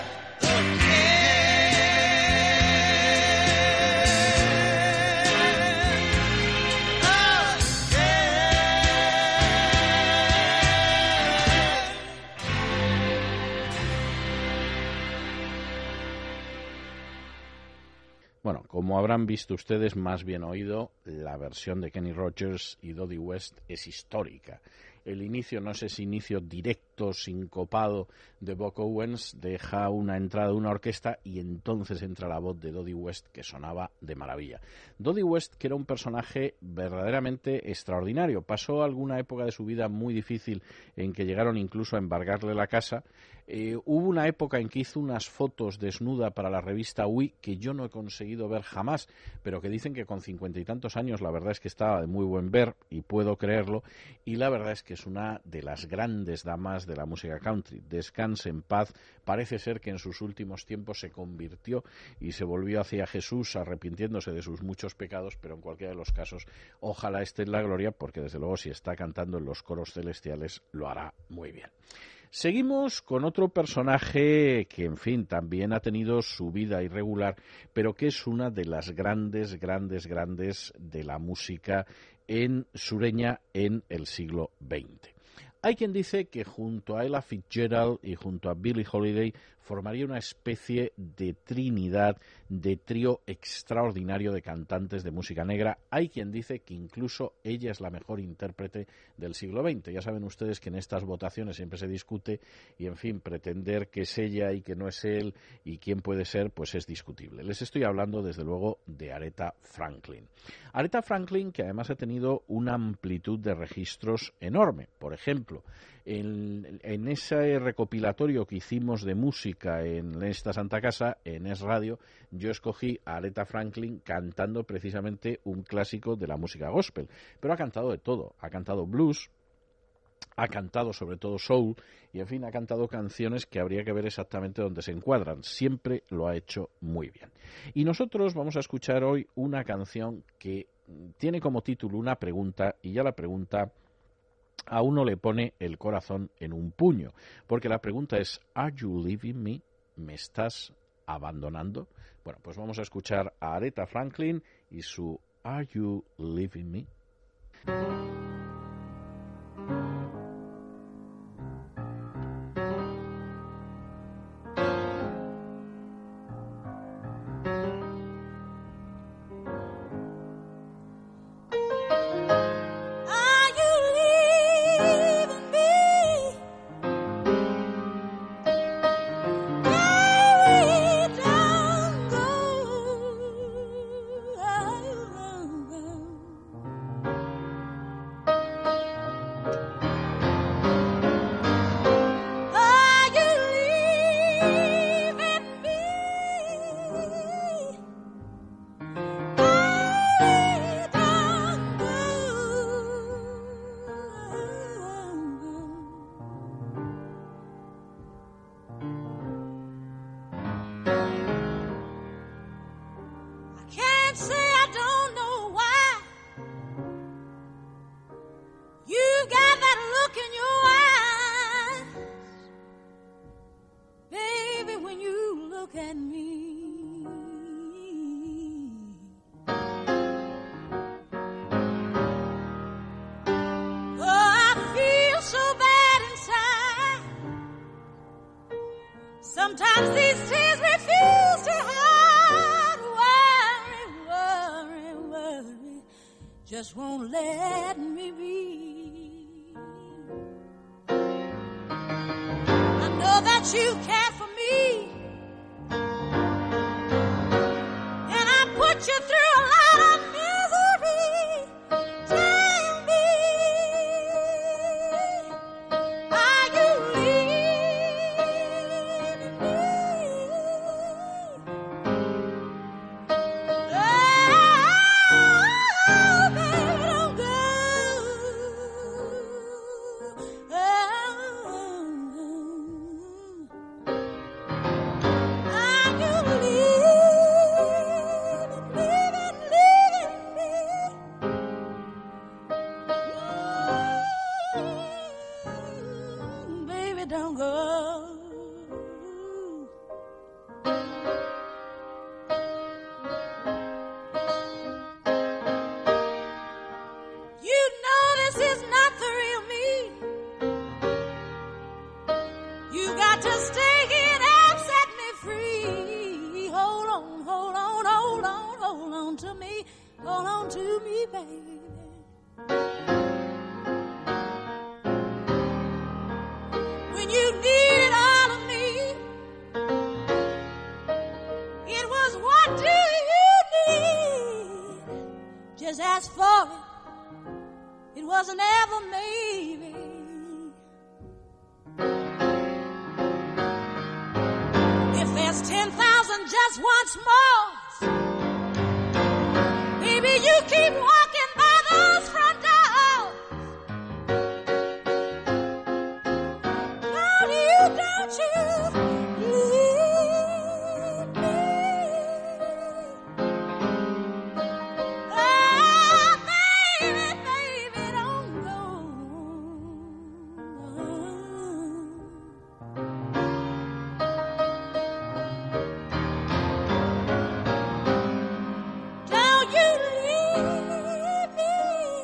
Bueno, como habrán visto ustedes, más bien oído, la versión de Kenny Rogers y Dodie West es histórica. El inicio no es ese inicio directo, sincopado de Buck Owens, deja una entrada de una orquesta y entonces entra la voz de Dodie West, que sonaba de maravilla. Dodie West, que era un personaje verdaderamente extraordinario, pasó alguna época de su vida muy difícil en que llegaron incluso a embargarle la casa. Hubo una época en que hizo unas fotos desnuda para la revista Wii que yo no he conseguido ver jamás, pero que dicen que con 50 y tantos años la verdad es que estaba de muy buen ver, y puedo creerlo, y la verdad es que es una de las grandes damas de la música country. Descanse en paz. Parece ser que en sus últimos tiempos se convirtió y se volvió hacia Jesús arrepintiéndose de sus muchos pecados, pero en cualquiera de los casos ojalá esté en la gloria, porque desde luego si está cantando en los coros celestiales lo hará muy bien. Seguimos con otro personaje que, en fin, también ha tenido su vida irregular, pero que es una de las grandes de la música sureña en el siglo XX. Hay quien dice que junto a Ella Fitzgerald y junto a Billie Holiday formaría una especie de trinidad, de trío extraordinario de cantantes de música negra. Hay quien dice que incluso ella es la mejor intérprete del siglo XX. Ya saben ustedes que en estas votaciones siempre se discute y, en fin, pretender que es ella y que no es él y quién puede ser, pues es discutible. Les estoy hablando, desde luego, de Aretha Franklin. Aretha Franklin, que además ha tenido una amplitud de registros enorme. Por ejemplo, en ese recopilatorio que hicimos de música en esta Santa Casa, en Es Radio, yo escogí a Aretha Franklin cantando precisamente un clásico de la música gospel, pero ha cantado de todo, ha cantado blues, ha cantado sobre todo soul y, en fin, ha cantado canciones que habría que ver exactamente dónde se encuadran. Siempre lo ha hecho muy bien. Y nosotros vamos a escuchar hoy una canción que tiene como título una pregunta, y ya la pregunta a uno le pone el corazón en un puño, porque la pregunta es: ¿Are you leaving me? ¿Me estás abandonando? Bueno, pues vamos a escuchar a Aretha Franklin y su ¿Are you leaving me? Sometimes these tears refuse to hide. Worry, worry, worry, just won't let me be. I know that you care for me, and I put you through a lot of misery. Tell me, are you leaving me? Oh, baby, don't go. Are you leaving me? Baby, don't go. You know this is not the real me. You got to stay here and set me free. Hold on, hold on, hold on, hold on to me. Hold on to me, baby. When you needed all of me, it was what do you need? Just ask for it. It wasn't ever maybe. If there's 10,000 just once more, maybe you keep walking by those front doors. Don't you leave me. Oh, baby, baby, don't go. Don't you leave me.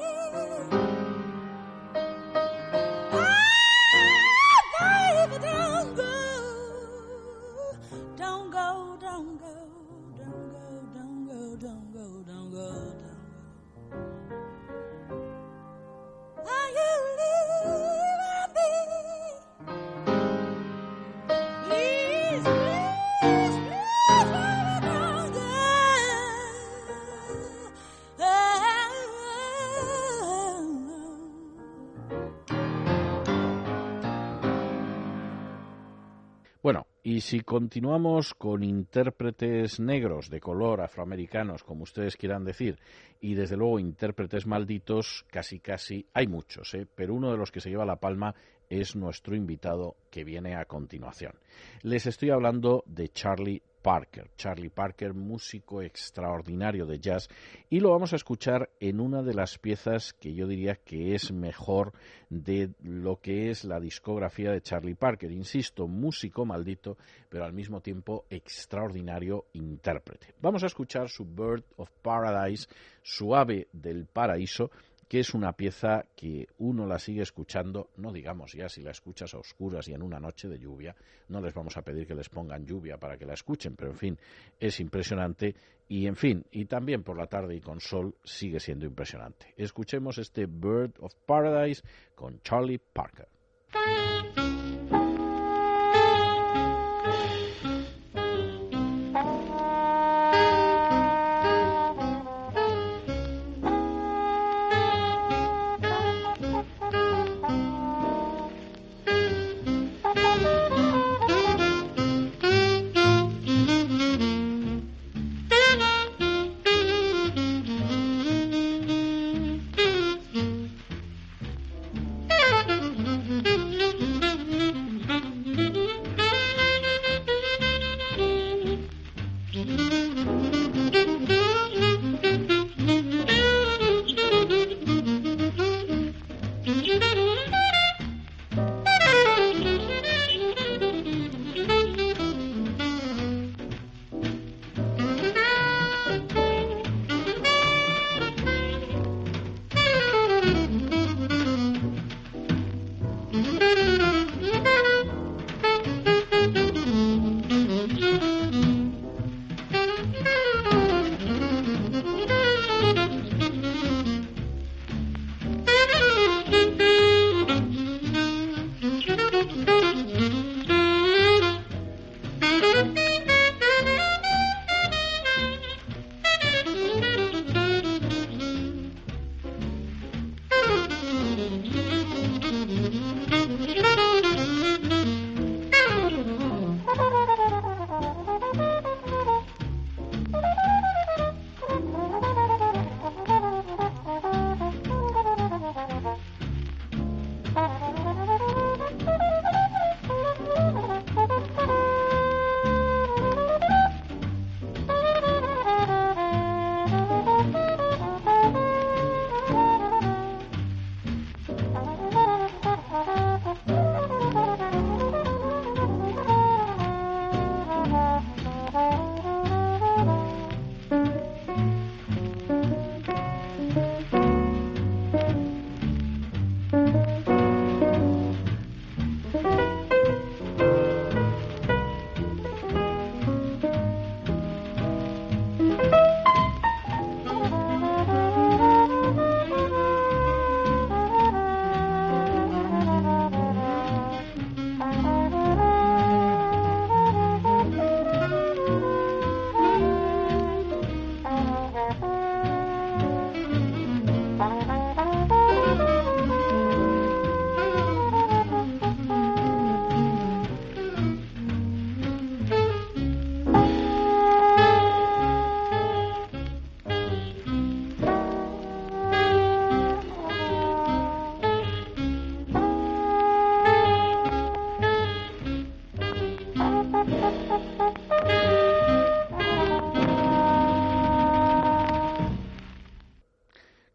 Oh, baby, don't go. Don't go, don't go, don't go, don't go, don't go, don't go, don't go. Are you leaving me? Please, please, please, baby, don't go. Bueno, y si continuamos con intérpretes negros de color, afroamericanos, como ustedes quieran decir, y desde luego intérpretes malditos, casi hay muchos, pero uno de los que se lleva la palma es nuestro invitado que viene a continuación. Les estoy hablando de Charlie Parker. Charlie Parker, músico extraordinario de jazz, y lo vamos a escuchar en una de las piezas que yo diría que es mejor de lo que es la discografía de Charlie Parker. Insisto, músico maldito, pero al mismo tiempo extraordinario intérprete. Vamos a escuchar su Bird of Paradise, su ave del paraíso, que es una pieza que uno la sigue escuchando, no digamos ya si la escuchas a oscuras y en una noche de lluvia, no les vamos a pedir que les pongan lluvia para que la escuchen, pero en fin, es impresionante y en fin, y también por la tarde y con sol sigue siendo impresionante. Escuchemos este Bird of Paradise con Charlie Parker.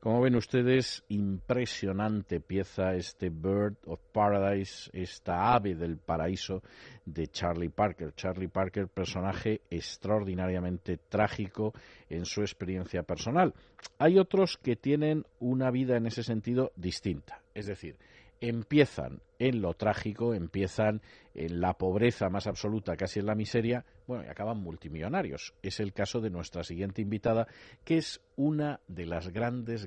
Como ven ustedes, impresionante pieza este Bird of Paradise, esta ave del paraíso de Charlie Parker. Charlie Parker, personaje extraordinariamente trágico en su experiencia personal. Hay otros que tienen una vida en ese sentido distinta, es decir, empiezan en lo trágico, empiezan en la pobreza más absoluta, casi en la miseria, bueno, y acaban multimillonarios. Es el caso de nuestra siguiente invitada, que es una de las grandes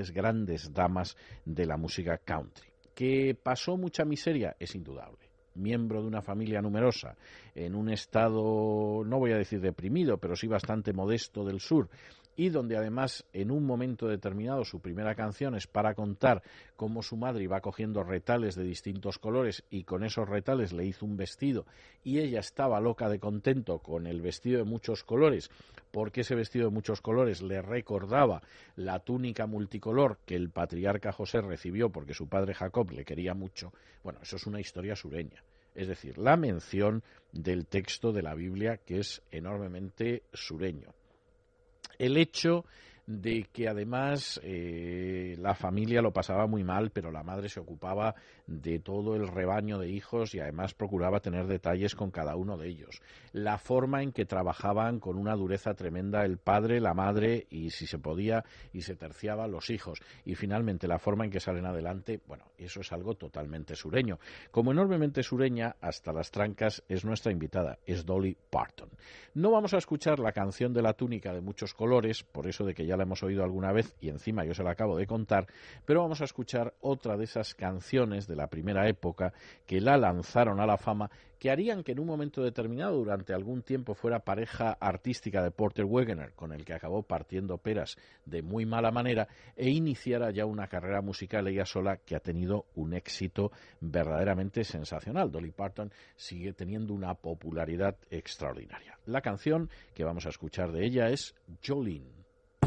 damas de la música country. ¿Que pasó mucha miseria? Es indudable. Miembro de una familia numerosa, en un estado, no voy a decir deprimido, pero sí bastante modesto del sur, y donde además en un momento determinado su primera canción es para contar cómo su madre iba cogiendo retales de distintos colores y con esos retales le hizo un vestido y ella estaba loca de contento con el vestido de muchos colores porque ese vestido de muchos colores le recordaba la túnica multicolor que el patriarca José recibió porque su padre Jacob le quería mucho. Bueno, eso es una historia sureña. Es decir, la mención del texto de la Biblia que es enormemente sureño. El hecho de que además la familia lo pasaba muy mal, pero la madre se ocupaba de todo el rebaño de hijos y además procuraba tener detalles con cada uno de ellos. La forma en que trabajaban con una dureza tremenda el padre, la madre y si se podía y se terciaba los hijos. Y finalmente la forma en que salen adelante, bueno, eso es algo totalmente sureño. Como enormemente sureña, hasta las trancas, es nuestra invitada, es Dolly Parton. No vamos a escuchar la canción de la túnica de muchos colores, por eso de que ya la hemos oído alguna vez y encima yo se la acabo de contar, pero vamos a escuchar otra de esas canciones de la primera época que la lanzaron a la fama, que harían que en un momento determinado, durante algún tiempo, fuera pareja artística de Porter Wagoner, con el que acabó partiendo peras de muy mala manera, e iniciara ya una carrera musical ella sola que ha tenido un éxito verdaderamente sensacional. Dolly Parton sigue teniendo una popularidad extraordinaria. La canción que vamos a escuchar de ella es Jolene.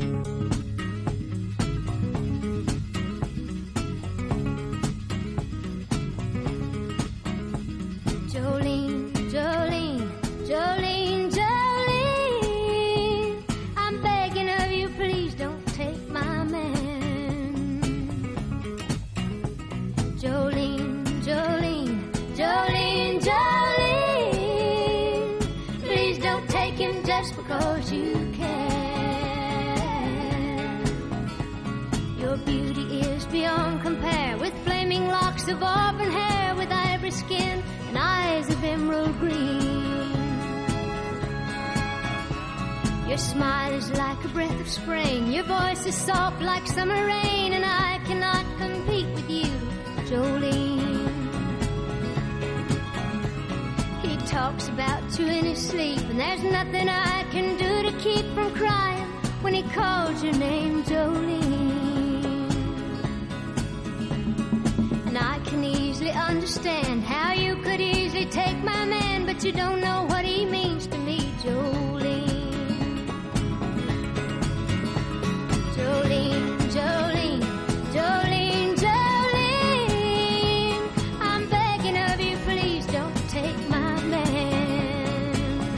Jolene, Jolene, Jolene, Jolene, I'm begging of you, please don't take my man. Jolene, Jolene, Jolene, Jolene, please don't take him just because you can. Your beauty is beyond compare, with flaming locks of auburn hair, with ivory skin and eyes of emerald green. Your smile is like a breath of spring, your voice is soft like summer rain, and I cannot compete with you, Jolene. He talks about you in his sleep, and there's nothing I can do to keep from crying when he calls your name, Jolene. And I can easily understand how you could easily take my man, but you don't know what he means to me, Jolene. Jolene, Jolene, Jolene, Jolene, I'm begging of you, please don't take my man.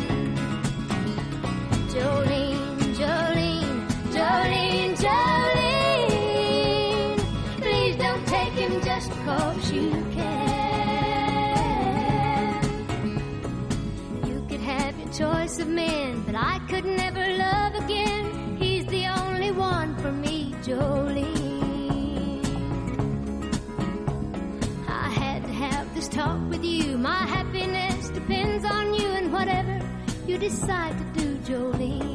Jolene, Jolene, Jolene, Jolene, please don't take him just because you can. You could have your choice of men, but I could never love again. He's the only one for me, Jolene. I had to have this talk with you. My happiness depends on you, and whatever you decide to do, Jolene.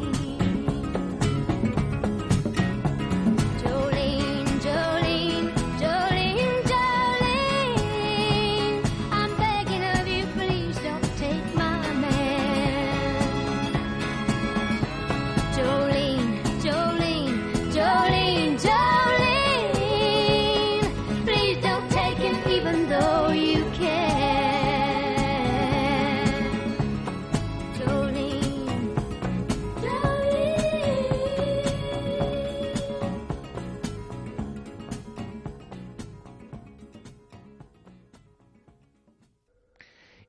Jolene, Jolene, Jolene, Jolene, I'm begging of you, please don't take my man. Jolene, Jolene, Jolene, Jolene, please don't take him even though you can. Jolene, Jolene.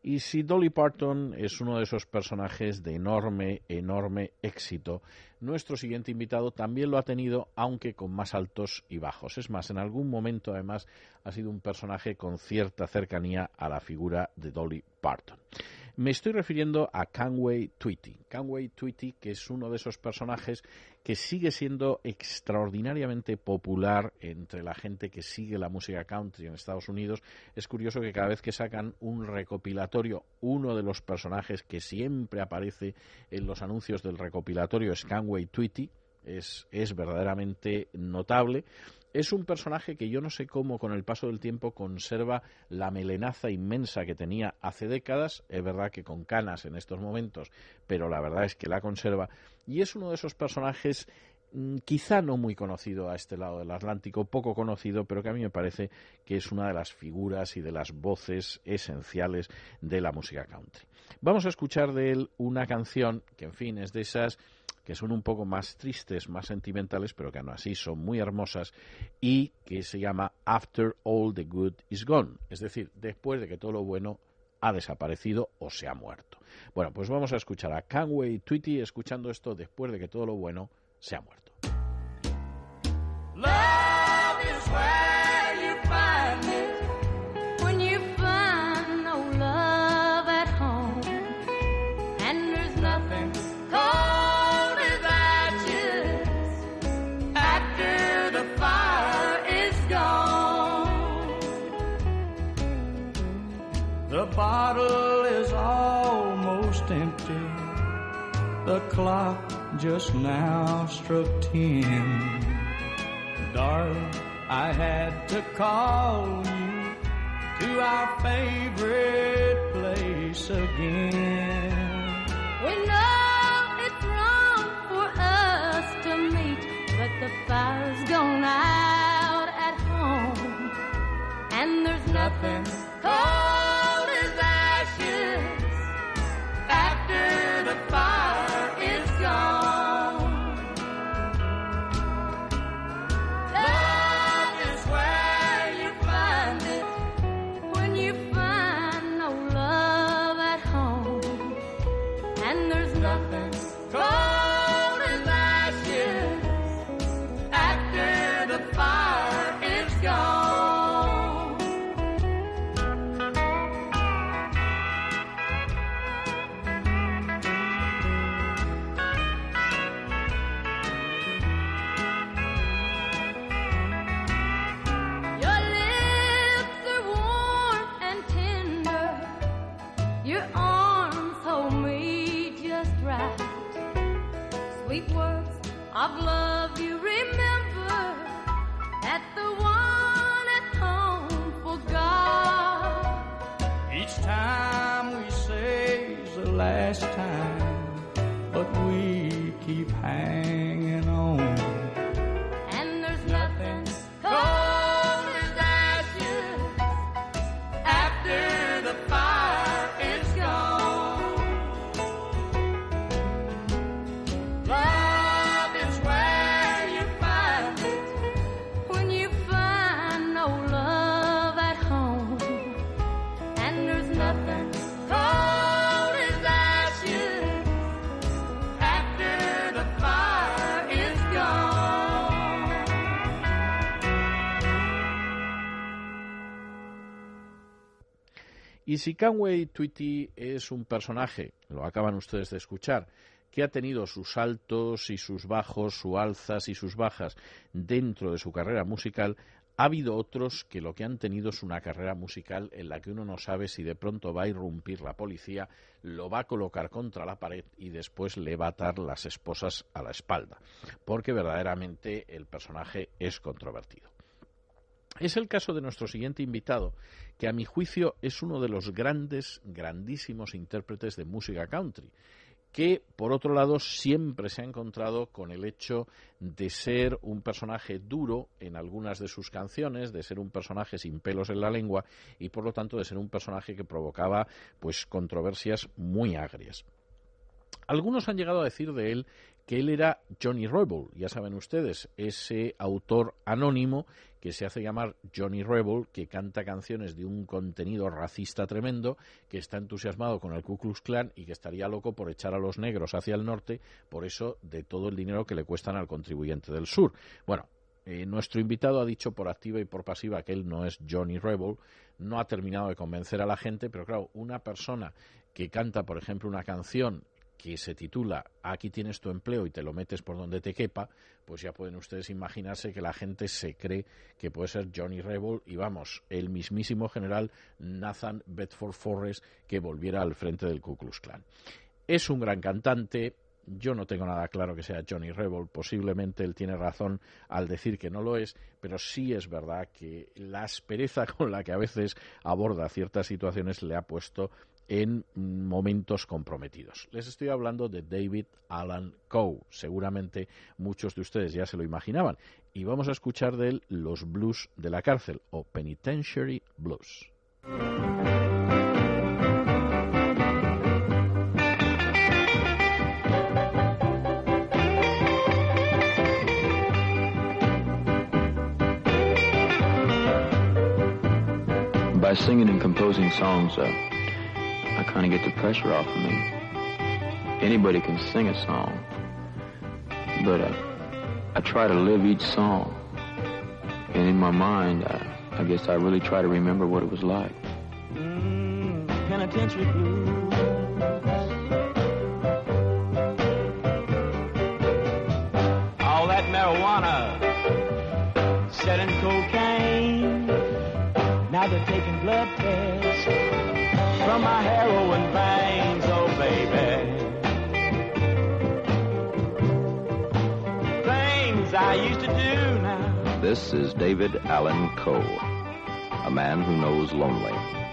Y si Dolly Parton es uno de esos personajes de enorme éxito, nuestro siguiente invitado también lo ha tenido, aunque con más altos y bajos. Es más, en algún momento, además, ha sido un personaje con cierta cercanía a la figura de Dolly Parton. Me estoy refiriendo a Conway Twitty. Conway Twitty, que es uno de esos personajes que sigue siendo extraordinariamente popular entre la gente que sigue la música country en Estados Unidos. Es curioso que cada vez que sacan un recopilatorio, uno de los personajes que siempre aparece en los anuncios del recopilatorio es Conway Twitty. Es verdaderamente notable. Es un personaje que yo no sé cómo con el paso del tiempo conserva la melenaza inmensa que tenía hace décadas. Es verdad que con canas en estos momentos, pero la verdad es que la conserva. Y es uno de esos personajes quizá no muy conocido a este lado del Atlántico, poco conocido, pero que a mí me parece que es una de las figuras y de las voces esenciales de la música country. Vamos a escuchar de él una canción que, en fin, es de esas que son un poco más tristes, más sentimentales, pero que aún así son muy hermosas, y que se llama After All the Good Is Gone, es decir, después de que todo lo bueno ha desaparecido o se ha muerto. Bueno, pues vamos a escuchar a Conway Twitty escuchando esto después de que todo lo bueno se ha muerto. Love is where you find it when you find no love at home, and there's nothing cold as ashes after the fire is gone. The bottle is almost empty. The clock just now struck 10. Darling, I had to call you to our favorite place again. We know it's wrong for us to meet, but the fire's gone out at home, and there's nothing cold as ashes after the fire is gone. Love is where you find it when you find no love at home, and there's nothing cold as ashes after the fire is gone. Your lips are warm and tender, your arms hold me just right. Sweet words of love you remember that the one at home forgot. Each time we say's the last time, but we keep hanging on. And there's nothing cold as ashes after the fire is gone. Love is where you find it when you find no love at home, and there's nothing cold as ashes after the fire is gone. Y si Conway Twitty es un personaje, lo acaban ustedes de escuchar, que ha tenido sus altos y sus bajos, sus alzas y sus bajas dentro de su carrera musical, ha habido otros que lo que han tenido es una carrera musical en la que uno no sabe si de pronto va a irrumpir la policía, lo va a colocar contra la pared y después le va a atar las esposas a la espalda, porque verdaderamente el personaje es controvertido. Es el caso de nuestro siguiente invitado, que a mi juicio es uno de los grandísimos intérpretes de música country, que por otro lado siempre se ha encontrado con el hecho de ser un personaje duro en algunas de sus canciones, de ser un personaje sin pelos en la lengua y por lo tanto de ser un personaje que provocaba pues controversias muy agrias. Algunos han llegado a decir de él que él era Johnny Rebel, ya saben ustedes, ese autor anónimo que se hace llamar Johnny Rebel, que canta canciones de un contenido racista tremendo, que está entusiasmado con el Ku Klux Klan y que estaría loco por echar a los negros hacia el norte, por eso de todo el dinero que le cuestan al contribuyente del sur. Bueno, nuestro invitado ha dicho por activa y por pasiva que él no es Johnny Rebel, no ha terminado de convencer a la gente, pero claro, una persona que canta, por ejemplo, una canción que se titula Aquí tienes tu empleo y te lo metes por donde te quepa, pues ya pueden ustedes imaginarse que la gente se cree que puede ser Johnny Rebel y vamos, el mismísimo general Nathan Bedford Forrest que volviera al frente del Ku Klux Klan. Es un gran cantante. Yo no tengo nada claro que sea Johnny Rebel, posiblemente él tiene razón al decir que no lo es, pero sí es verdad que la aspereza con la que a veces aborda ciertas situaciones le ha puesto en momentos comprometidos. Les estoy hablando de David Alan Coe, seguramente muchos de ustedes ya se lo imaginaban, y vamos a escuchar de él los blues de la cárcel, o Penitentiary Blues. By singing and composing songs, I kind of get the pressure off of me. Anybody can sing a song, but I try to live each song. And in my mind, I guess I really try to remember what it was like. Penitentiary blues. All that marijuana, selling cocaine. Now they're taking blood tests from my heroin veins, oh baby. Things I used to do now. This is David Alan Coe, a man who knows lonely,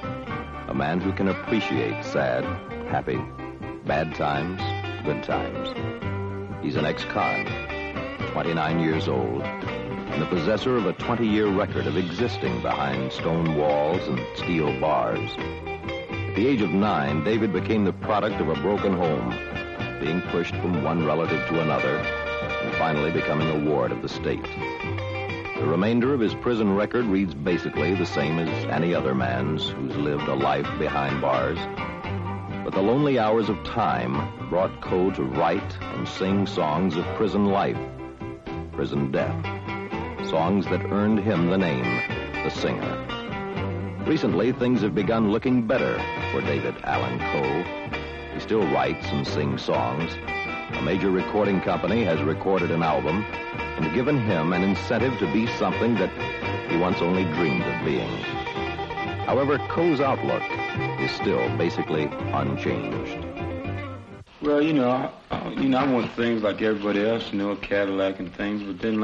a man who can appreciate sad, happy, bad times, good times. He's an ex-con, 29 years old, and the possessor of a 20-year record of existing behind stone walls and steel bars. At the age of 9, David became the product of a broken home, being pushed from one relative to another, and finally becoming a ward of the state. The remainder of his prison record reads basically the same as any other man's who's lived a life behind bars. But the lonely hours of time brought Coe to write and sing songs of prison life, prison death. Songs that earned him the name, the Singer. Recently, things have begun looking better for David Alan Coe. He still writes and sings songs. A major recording company has recorded an album and given him an incentive to be something that he once only dreamed of being. However, Coe's outlook is still basically unchanged. Well, I want things like everybody else, a Cadillac and things, but then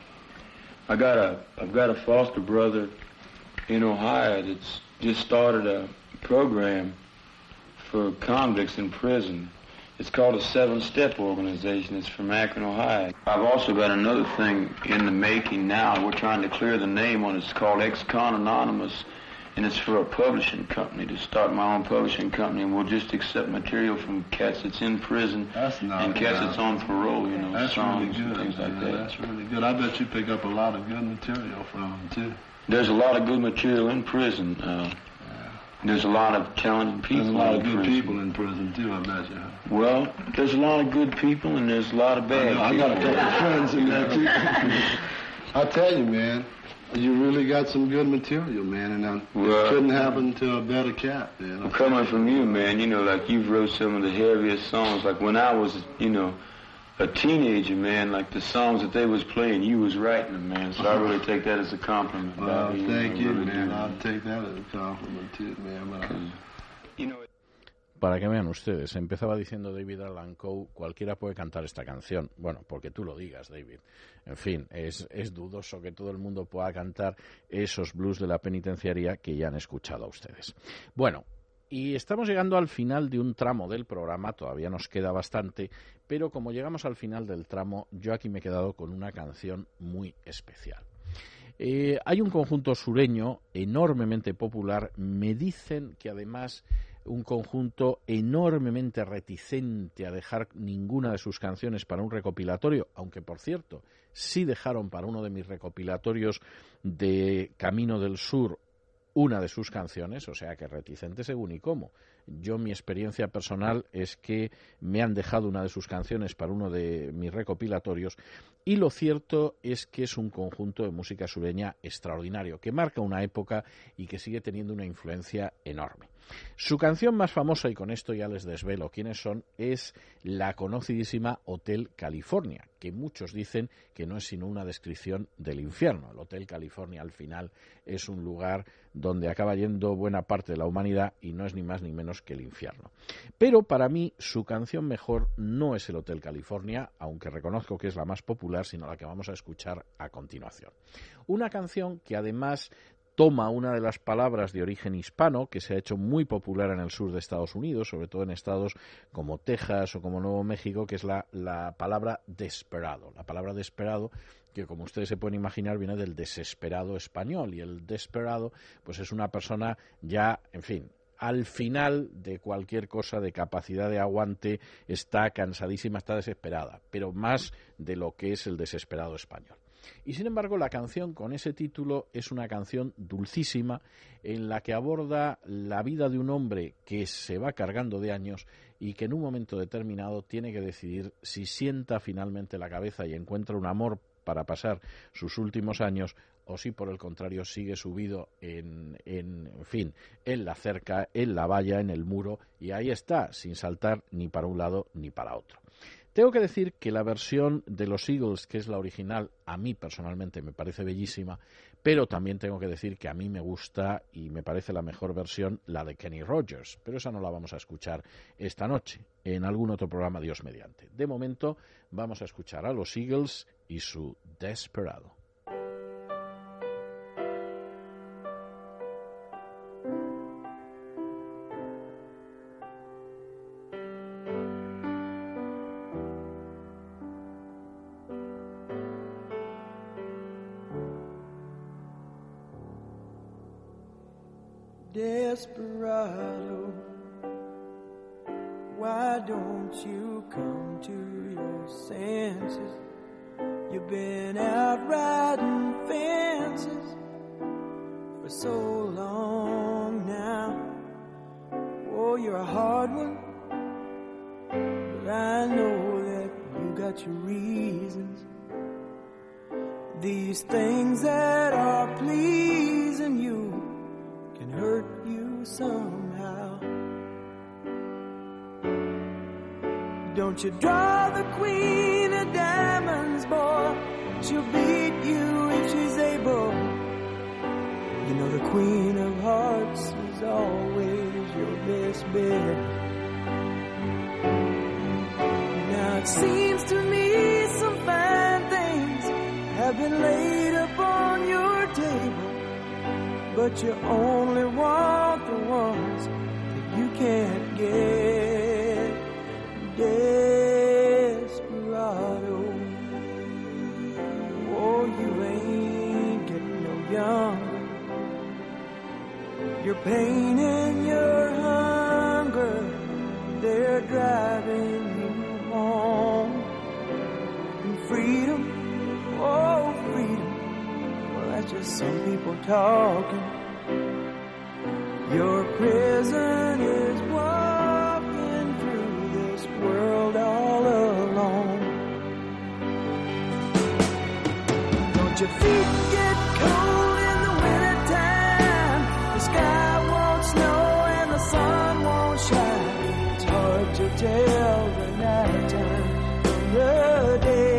I've got a foster brother in Ohio that's just started a program for convicts in prison. It's called a 7-Step organization. It's from Akron, Ohio. I've also got another thing in the making now. We're trying to clear the name on it. It's called Ex-Con Anonymous, and it's for a publishing company, to start my own publishing company, and we'll just accept material from cats that's in prison and cats that's on parole, that's songs really good, and things like that. That's really good. I bet you pick up a lot of good material from them, too. There's a lot of good material in prison. There's a lot of talented people. There's a lot of good prison. people in prison, too, I bet you. Well, there's a lot of good people, and there's a lot of bad I people. got a couple of friends in there, too. I tell you, man, you really got some good material, man, and it couldn't happen to a better cat, man. Coming from you, man, like you've wrote some of the heaviest songs. Like when I was, a teenager, man, like the songs that they was playing, you was writing them, man. So I really take that as a compliment. Well, thank you, man. I'll take that as a compliment, too, man. Para que vean ustedes, empezaba diciendo David Alan Coe, cualquiera puede cantar esta canción. Bueno, porque tú lo digas, David. En fin, es dudoso que todo el mundo pueda cantar esos blues de la penitenciaría que ya han escuchado a ustedes. Bueno, y estamos llegando al final de un tramo del programa, todavía nos queda bastante, pero como llegamos al final del tramo, yo aquí me he quedado con una canción muy especial. Hay un conjunto sureño enormemente popular, me dicen que además un conjunto enormemente reticente a dejar ninguna de sus canciones para un recopilatorio, aunque por cierto sí dejaron para uno de mis recopilatorios de Camino del Sur una de sus canciones, o sea que reticente según y cómo. Yo, mi experiencia personal es que me han dejado una de sus canciones para uno de mis recopilatorios, y lo cierto es que es un conjunto de música sureña extraordinario, que marca una época y que sigue teniendo una influencia enorme. Su canción más famosa, y con esto ya les desvelo quiénes son, es la conocidísima Hotel California, que muchos dicen que no es sino una descripción del infierno. El Hotel California al final es un lugar donde acaba yendo buena parte de la humanidad y no es ni más ni menos que el infierno. Pero para mí su canción mejor no es el Hotel California, aunque reconozco que es la más popular, sino la que vamos a escuchar a continuación. Una canción que además toma una de las palabras de origen hispano que se ha hecho muy popular en el sur de Estados Unidos, sobre todo en estados como Texas o como Nuevo México, que es la palabra desperado. La palabra desperado, que como ustedes se pueden imaginar, viene del desesperado español, y el desperado pues es una persona ya, en fin, al final de cualquier cosa, de capacidad de aguante, está cansadísima, está desesperada, pero más de lo que es el desesperado español. Y sin embargo, la canción con ese título es una canción dulcísima en la que aborda la vida de un hombre que se va cargando de años y que en un momento determinado tiene que decidir si sienta finalmente la cabeza y encuentra un amor para pasar sus últimos años, o si por el contrario sigue subido en la cerca, en la valla, en el muro, y ahí está, sin saltar ni para un lado ni para otro. Tengo que decir que la versión de los Eagles, que es la original, a mí personalmente me parece bellísima, pero también tengo que decir que a mí me gusta y me parece la mejor versión la de Kenny Rogers, pero esa no la vamos a escuchar esta noche, en algún otro programa, Dios mediante. De momento vamos a escuchar a los Eagles y su Desperado. Desperado, why don't you come to your senses? You've been out riding fences for so long now. Oh, you're a hard one, but I know that you got your reasons. These things that are pleasing you can hurt you somehow. Don't you draw the queen of diamonds, boy. She'll beat you if she's able. You know the queen of hearts is always your best bet. Now it seems to me some fine things have been laid upon your table, but you only want the ones that you can't get. Desperado, oh, you ain't getting no younger. Your pain and your hunger, they're driving you home. And freedom, oh, freedom, well, that's just some people talking. Your prison is walking through this world all alone. Don't your feet get cold in the wintertime? The sky won't snow and the sun won't shine. It's hard to tell the nighttime from the day.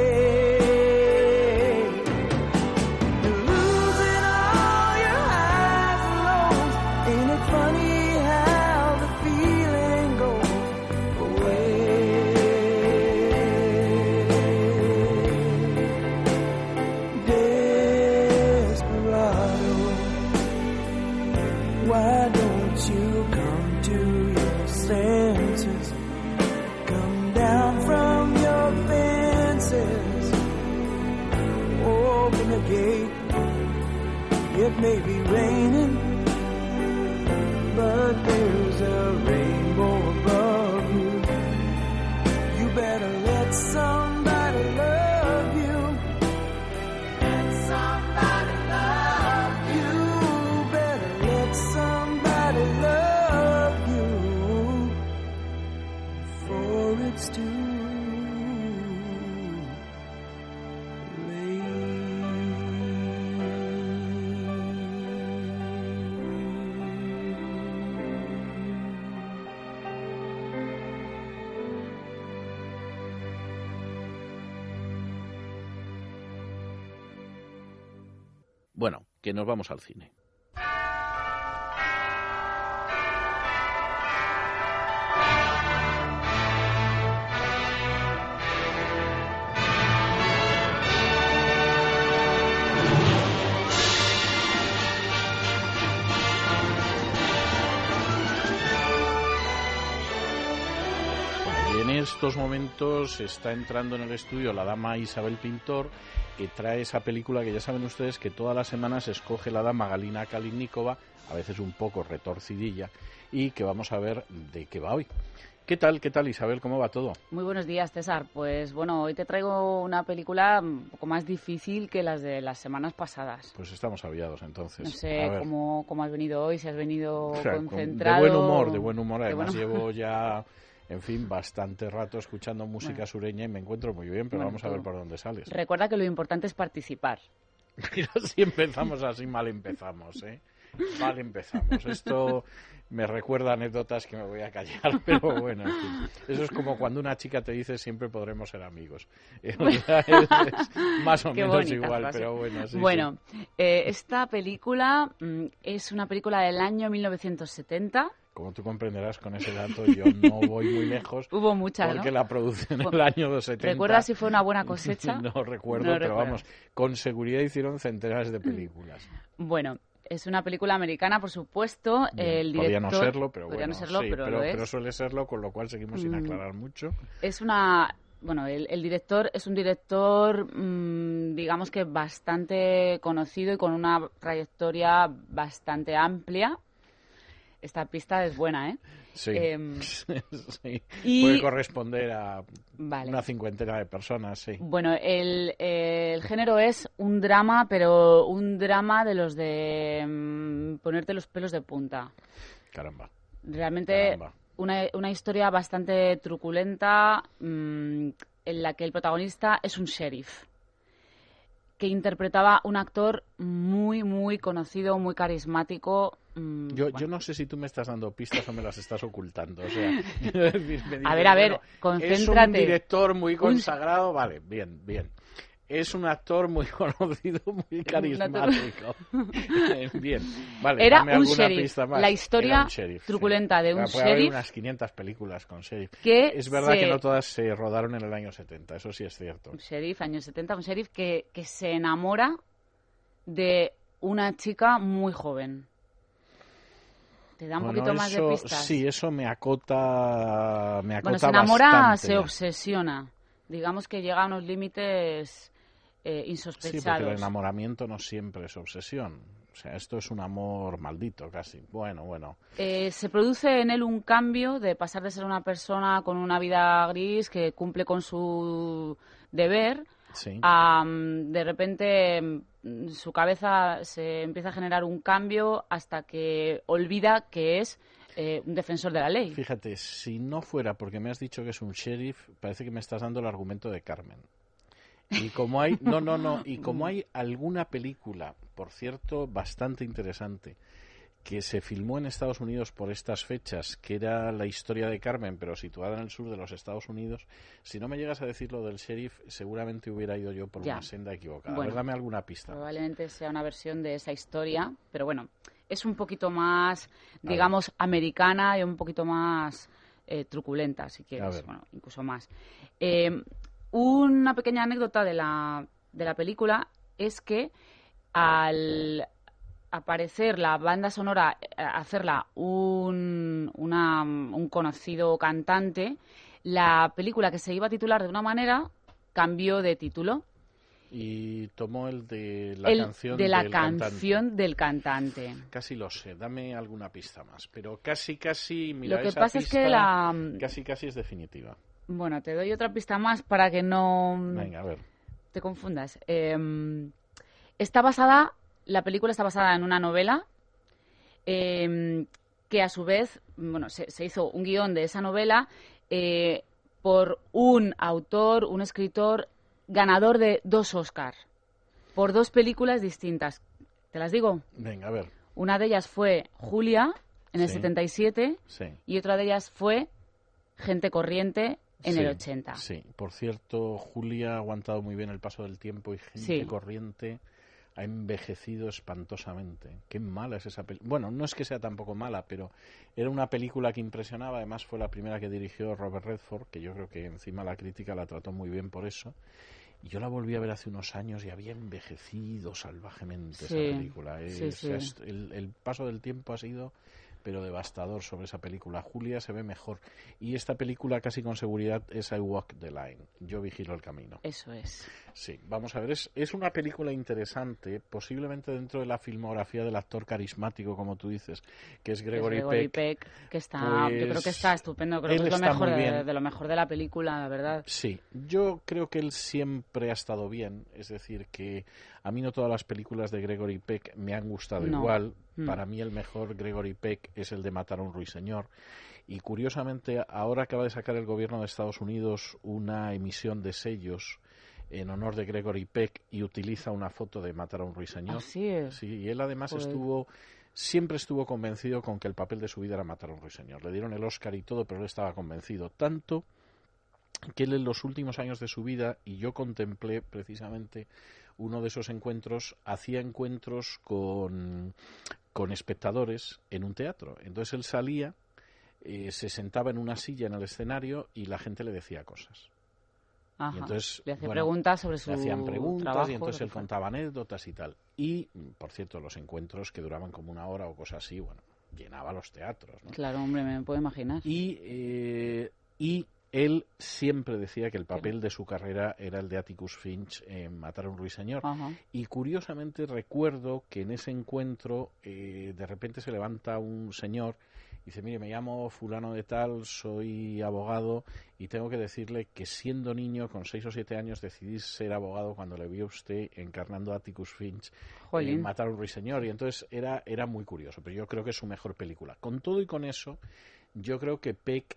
It may be raining, but but there's a rainbow above you. You better let somebody love you. Let somebody love you. Better let somebody love you. For it's too Bueno, que nos vamos al cine. Y en estos momentos está entrando en el estudio la dama Isabel Pintor, que trae esa película que ya saben ustedes que todas las semanas escoge la dama Galina Kalinnikova, a veces un poco retorcidilla, y que vamos a ver de qué va hoy. ¿Qué tal, Isabel? ¿Cómo va todo? Muy buenos días, César. Pues bueno, hoy te traigo una película un poco más difícil que las de las semanas pasadas. Pues estamos aviados, entonces. No sé cómo has venido hoy, si has venido concentrado. De buen humor. Además llevo ya, en fin, bastante rato escuchando música sureña y me encuentro muy bien, pero vamos a ver por dónde sales. Recuerda que lo importante es participar. Mira, si empezamos así, mal empezamos, ¿eh? Mal empezamos. Esto me recuerda anécdotas que me voy a callar, pero bueno, en fin. Eso es como cuando una chica te dice siempre podremos ser amigos. Es más o menos igual, frase. Pero bueno. Sí, bueno, sí. Esta película es una película del año 1970. Como tú comprenderás con ese dato, yo no voy muy lejos. Hubo muchas, porque la producción en el año 70... ¿Recuerdas si fue una buena cosecha? No recuerdo, pero vamos, con seguridad hicieron centenares de películas. Bueno, es una película americana, por supuesto. Bien, el director, podría no serlo, pero podría bueno, no serlo, sí, pero lo es. Pero suele serlo, con lo cual seguimos sin aclarar mucho. Es una... Bueno, el director es un director, digamos que bastante conocido y con una trayectoria bastante amplia. Esta pista es buena, ¿eh? Sí, sí. Puede corresponder a una cincuentena de personas, sí. Bueno, el género es un drama, pero un drama de los de ponerte los pelos de punta. Caramba. Realmente una historia bastante truculenta en la que el protagonista es un sheriff que interpretaba un actor muy, muy conocido, muy carismático. Yo no sé si tú me estás dando pistas o me las estás ocultando. O sea, a ver, concéntrate. Es un director muy consagrado, vale, bien. Es un actor muy conocido, muy carismático. Bien, vale. Era dame un alguna sheriff. Pista más. La historia un sheriff, truculenta de un puede haber sheriff. unas 500 películas con sheriff. Es verdad que no todas se rodaron en el año 70, eso sí es cierto. Un sheriff, años 70, un sheriff que se enamora de una chica muy joven. ¿Te da un poquito más de pistas? Sí, eso me acota Bueno, se enamora, bastante. Se obsesiona. Digamos que llega a unos límites insospechados. Sí, porque el enamoramiento no siempre es obsesión. O sea, esto es un amor maldito casi. Bueno. Se produce en él un cambio de pasar de ser una persona con una vida gris que cumple con su deber a, de repente, su cabeza se empieza a generar un cambio hasta que olvida que es un defensor de la ley. Fíjate, si no fuera porque me has dicho que es un sheriff, parece que me estás dando el argumento de Carmen. Y como hay y como hay alguna película, por cierto, bastante interesante, que se filmó en Estados Unidos por estas fechas, que era la historia de Carmen, pero situada en el sur de los Estados Unidos, si no me llegas a decir lo del sheriff, seguramente hubiera ido yo por una senda equivocada. Bueno, a ver, dame alguna pista. Probablemente sea una versión de esa historia, pero bueno, es un poquito más, digamos, americana y un poquito más truculenta, si quieres, bueno, incluso más. Una pequeña anécdota de la película es que al aparecer la banda sonora, hacerla un conocido cantante, la película que se iba a titular de una manera cambió de título Y tomó el de la El canción de la del canción cantante. del cantante. Casi lo sé, dame alguna pista más. Pero casi, mira, Lo que esa pasa es que pista casi es definitiva. Bueno, te doy otra pista más para que no Venga, a ver. te confundas. La película está basada en una novela que a su vez, bueno, se hizo un guión de esa novela por un autor, un escritor ganador de 2 Oscar por 2 películas distintas. ¿Te las digo? Venga, a ver. Una de ellas fue Julia en el Sí. 77 Sí. y otra de ellas fue Gente corriente en el 80. Sí, por cierto, Julia ha aguantado muy bien el paso del tiempo y Gente Sí. corriente ha envejecido espantosamente. Qué mala es esa película. Bueno, no es que sea tampoco mala, pero era una película que impresionaba. Además, fue la primera que dirigió Robert Redford, que yo creo que encima la crítica la trató muy bien por eso. Y yo la volví a ver hace unos años y había envejecido salvajemente Sí, esa película. sí, sí. El paso del tiempo ha sido pero devastador sobre esa película. Julia se ve mejor. Y esta película casi con seguridad es I Walk the Line. Yo vigilo el camino. Eso es. Sí, vamos a ver. Es una película interesante, posiblemente dentro de la filmografía del actor carismático, como tú dices, que es Gregory Peck. Que está, Pues, yo creo que está estupendo. Creo él que es lo está mejor muy bien. de lo mejor de la película, la verdad. Sí, yo creo que él siempre ha estado bien, es decir, que a mí no todas las películas de Gregory Peck me han gustado No. igual. Mm. Para mí el mejor Gregory Peck es el de Matar a un ruiseñor. Y curiosamente, ahora acaba de sacar el gobierno de Estados Unidos una emisión de sellos en honor de Gregory Peck y utiliza una foto de Matar a un ruiseñor. Así es. Sí, y él además Pues- siempre estuvo convencido con que el papel de su vida era Matar a un ruiseñor. Le dieron el Oscar y todo, pero él estaba convencido. Tanto que él en los últimos años de su vida, y yo contemplé precisamente uno de esos encuentros, hacía encuentros con espectadores en un teatro. Entonces él salía, se sentaba en una silla en el escenario y la gente le decía cosas. Ajá. Y entonces, le hacía bueno, preguntas sobre su le hacían preguntas trabajo, y entonces lo él que fuera. contaba anécdotas y tal. Y, por cierto, los encuentros que duraban como 1 hora o cosas así, bueno, llenaba los teatros, ¿no? Claro, hombre, me puedo imaginar. Y él siempre decía que el papel de su carrera era el de Atticus Finch en Matar a un ruiseñor. Ajá. Y curiosamente recuerdo que en ese encuentro de repente se levanta un señor y dice, mire, me llamo fulano de tal, soy abogado y tengo que decirle que siendo niño, con 6 o 7 años, decidí ser abogado cuando le vi a usted encarnando a Atticus Finch Jolín. en Matar a un ruiseñor. Y entonces era muy curioso, pero yo creo que es su mejor película. Con todo y con eso, yo creo que Peck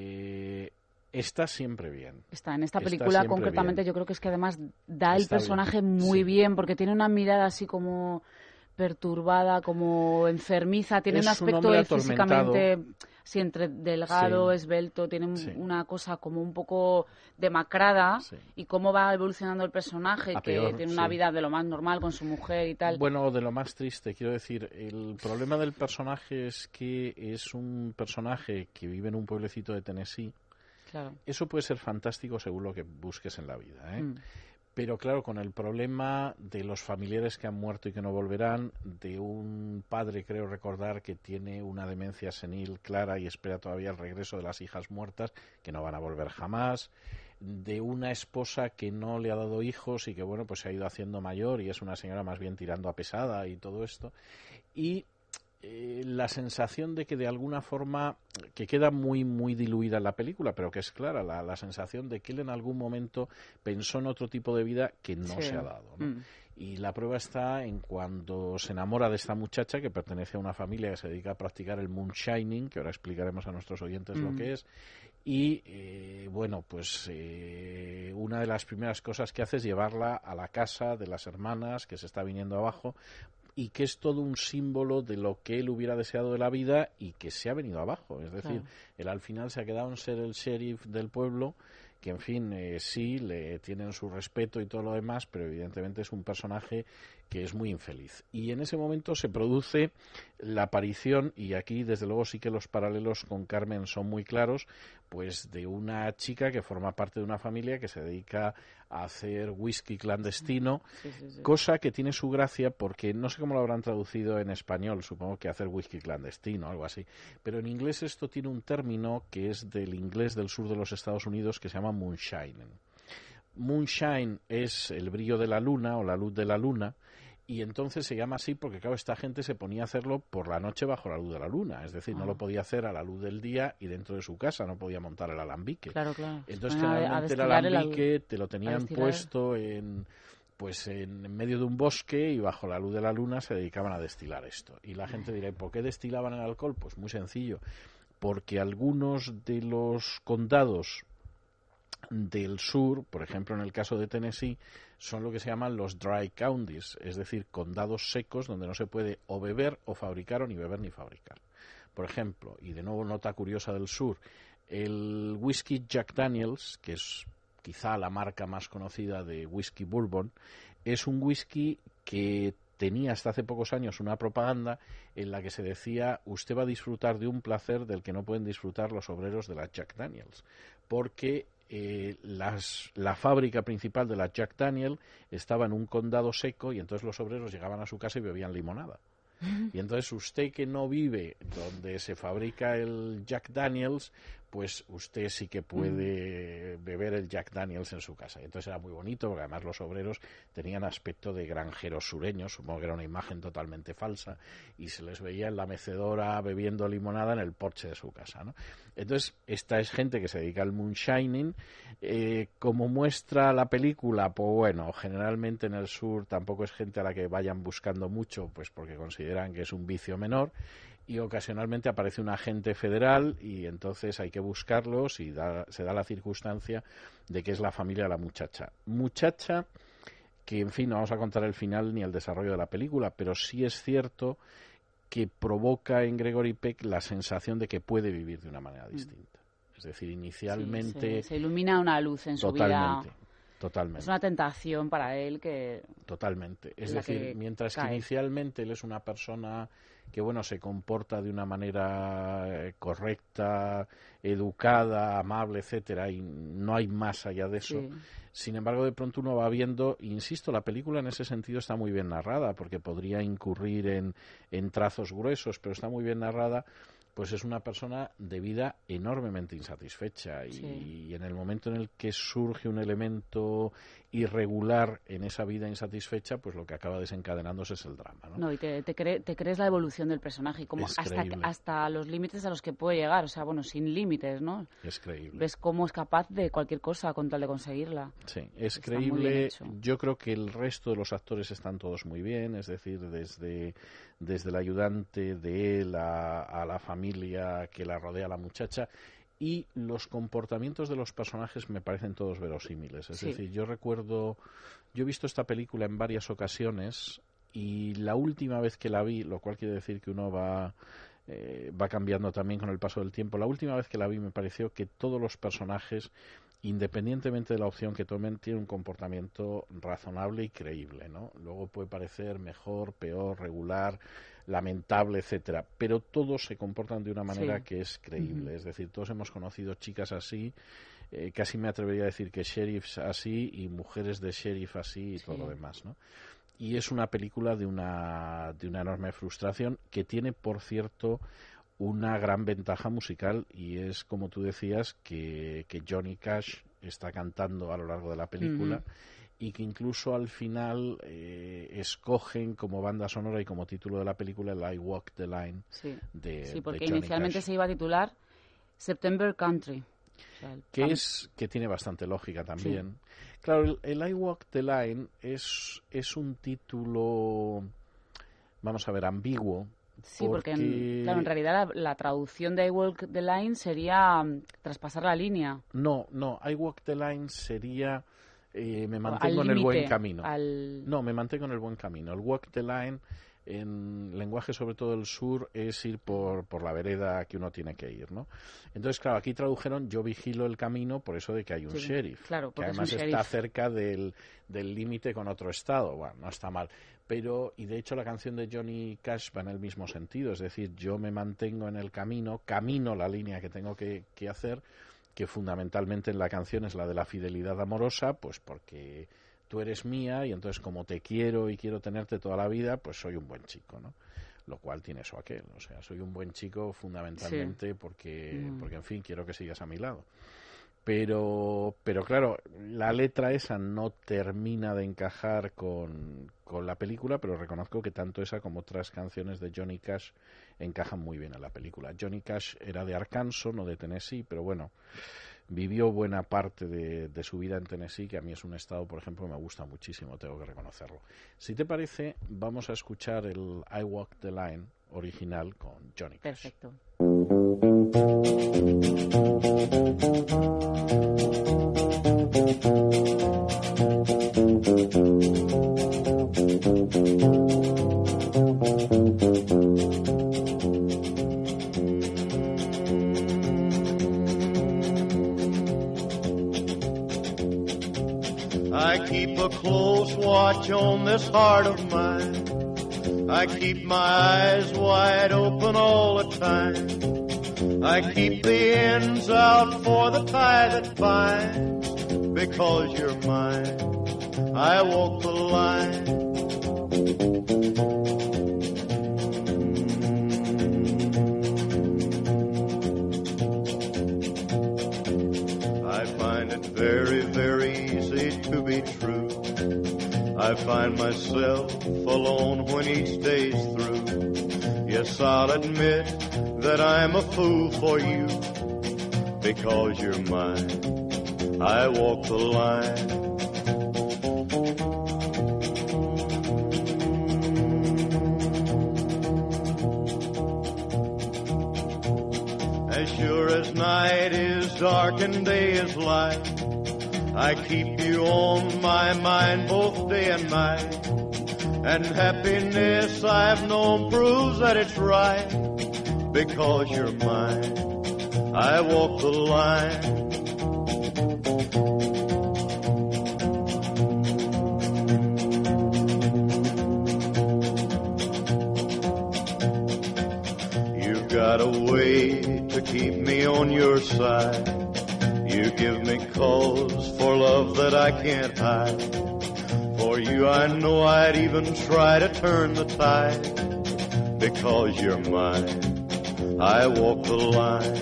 está siempre bien. Está en esta Está película siempre concretamente, bien. yo creo que es que además da el Está bien, personaje muy sí. bien, porque tiene una mirada así como perturbada, como enfermiza, tiene Es un un aspecto hombre él físicamente sí, entre delgado, Sí. esbelto, tiene Sí. una cosa como un poco demacrada, Sí. y cómo va evolucionando el personaje, A que peor, tiene una sí. vida de lo más normal con su mujer y tal. Bueno, de lo más triste, quiero decir, el problema del personaje es que es un personaje que vive en un pueblecito de Tennessee. Claro. Eso puede ser fantástico según lo que busques en la vida, ¿eh? Mm. Pero claro, con el problema de los familiares que han muerto y que no volverán, de un padre, creo recordar, que tiene una demencia senil clara y espera todavía el regreso de las hijas muertas, que no van a volver jamás, de una esposa que no le ha dado hijos y que, bueno, pues se ha ido haciendo mayor y es una señora más bien tirando a pesada y todo esto. Y la sensación de que de alguna forma, que queda muy muy diluida en la película, pero que es clara, la sensación de que él en algún momento pensó en otro tipo de vida que no Sí. se ha dado, ¿no? Mm. Y la prueba está en cuando se enamora de esta muchacha que pertenece a una familia que se dedica a practicar el moonshining, que ahora explicaremos a nuestros oyentes lo que es. Y bueno, pues una de las primeras cosas que hace es llevarla a la casa de las hermanas que se está viniendo abajo y que es todo un símbolo de lo que él hubiera deseado de la vida y que se ha venido abajo. Es decir, Claro. él al final se ha quedado en ser el sheriff del pueblo, que en fin, sí, le tienen su respeto y todo lo demás, pero evidentemente es un personaje que es muy infeliz. Y en ese momento se produce la aparición, y aquí desde luego sí que los paralelos con Carmen son muy claros, pues de una chica que forma parte de una familia que se dedica a hacer whisky clandestino, Sí, sí, sí. cosa que tiene su gracia porque no sé cómo lo habrán traducido en español, supongo que hacer whisky clandestino, algo así, pero en inglés esto tiene un término que es del inglés del sur de los Estados Unidos que se llama moonshining. Moonshine es el brillo de la luna o la luz de la luna, y entonces se llama así porque, claro, esta gente se ponía a hacerlo por la noche bajo la luz de la luna, es decir, no lo podía hacer a la luz del día y dentro de su casa, no podía montar el alambique. Claro, claro. Entonces, generalmente el alambique te lo tenían puesto en medio de un bosque y bajo la luz de la luna se dedicaban a destilar esto. Y la gente dirá, ¿por qué destilaban el alcohol? Pues muy sencillo, porque algunos de los condados del sur, por ejemplo en el caso de Tennessee, son lo que se llaman los dry counties, es decir, condados secos donde no se puede o beber o fabricar o ni beber ni fabricar. Por ejemplo, y de nuevo nota curiosa del sur, el whisky Jack Daniels, que es quizá la marca más conocida de whisky bourbon, es un whisky que tenía hasta hace pocos años una propaganda en la que se decía: usted va a disfrutar de un placer del que no pueden disfrutar los obreros de la Jack Daniels, porque la fábrica principal de la Jack Daniel estaba en un condado seco y entonces los obreros llegaban a su casa y bebían limonada. Y entonces usted que no vive donde se fabrica el Jack Daniels, pues usted sí que puede beber el Jack Daniels en su casa. Y entonces era muy bonito porque además los obreros tenían aspecto de granjeros sureños, supongo que era una imagen totalmente falsa, y se les veía en la mecedora bebiendo limonada en el porche de su casa, ¿no? Entonces esta es gente que se dedica al moonshining. Como muestra la película, pues bueno, generalmente en el sur tampoco es gente a la que vayan buscando mucho, pues porque consideran que es un vicio menor, y ocasionalmente aparece un agente federal y entonces hay que buscarlos y se da la circunstancia de que es la familia de la muchacha que, en fin, no vamos a contar el final ni el desarrollo de la película, pero sí es cierto que provoca en Gregory Peck la sensación de que puede vivir de una manera distinta. Es decir, inicialmente... Sí, se ilumina una luz en su vida. Totalmente. Es una tentación para él que... Totalmente. Es decir, mientras que inicialmente él es una persona que, bueno, se comporta de una manera correcta, educada, amable, etcétera, y no hay más allá de eso. Sí. Sin embargo, de pronto uno va viendo, insisto, la película en ese sentido está muy bien narrada, porque podría incurrir en trazos gruesos, pero está muy bien narrada. Pues es una persona de vida enormemente insatisfecha y en el momento en el que surge un elemento irregular en esa vida insatisfecha, pues lo que acaba desencadenándose es el drama, ¿no? No, y te crees la evolución del personaje y como hasta los límites a los que puede llegar, o sea, bueno, sin límites, ¿no? Es creíble. Ves cómo es capaz de cualquier cosa con tal de conseguirla. Sí, es creíble. Yo creo que el resto de los actores están todos muy bien, es decir, desde el ayudante de él a la familia que la rodea a la muchacha, y los comportamientos de los personajes me parecen todos verosímiles. Es decir, yo he visto esta película en varias ocasiones y la última vez que la vi, lo cual quiere decir que uno va cambiando también con el paso del tiempo, la última vez que la vi me pareció que todos los personajes, independientemente de la opción que tomen, tienen un comportamiento razonable y creíble, ¿no? Luego puede parecer mejor, peor, regular, lamentable, etcétera, pero todos se comportan de una manera que es creíble. Es decir, todos hemos conocido chicas así, casi me atrevería a decir que sheriffs así y mujeres de sheriff así y todo lo demás, ¿no? Y es una película de una enorme frustración que tiene, por cierto, una gran ventaja musical, y es, como tú decías, que Johnny Cash está cantando a lo largo de la película y que incluso al final escogen como banda sonora y como título de la película el I Walk the Line de porque Johnny inicialmente Cash. Se iba a titular September Country. O sea, que tiene bastante lógica también. Sí. Claro, el I Walk the Line es un título, vamos a ver, ambiguo. Sí, porque en realidad la traducción de I Walk the Line sería traspasar la línea. No, I Walk the Line sería me mantengo en el buen camino. No, me mantengo en el buen camino. El Walk the Line, en lenguaje sobre todo del sur, es ir por la vereda que uno tiene que ir, ¿no? Entonces, claro, aquí tradujeron yo vigilo el camino por eso de que hay un sheriff, claro, que además está cerca del límite con otro estado. Bueno, no está mal. Pero, y de hecho la canción de Johnny Cash va en el mismo sentido, es decir, yo me mantengo en el camino la línea que tengo que hacer, que fundamentalmente en la canción es la de la fidelidad amorosa, pues porque tú eres mía y entonces como te quiero y quiero tenerte toda la vida, pues soy un buen chico, ¿no? Lo cual tiene eso aquel, o sea, soy un buen chico fundamentalmente porque en fin, quiero que sigas a mi lado. Pero claro, la letra esa no termina de encajar con la película, pero reconozco que tanto esa como otras canciones de Johnny Cash encajan muy bien a la película. Johnny Cash era de Arkansas, no de Tennessee, pero bueno, vivió buena parte de su vida en Tennessee, que a mí es un estado, por ejemplo, que me gusta muchísimo, tengo que reconocerlo. Si te parece, vamos a escuchar el I Walk the Line original con Johnny Cash. Perfecto. I keep a close watch on this heart of mine. I keep my eyes wide open all the time. I keep the ends out for the tie that binds. Because you're mine, I walk the line. I find it very, very easy to be true. I find myself alone when each day's through. Yes, I'll admit that I'm a fool for you. Because you're mine, I walk the line. As sure as night is dark and day is light, I keep you on my mind both day and night. And happiness I've known proves that it's right. Because you're mine, I walk the line. You've got a way to keep me on your side. You give me cause for love that I can't hide. For you I know I'd even try to turn the tide. Because you're mine, I walk the line.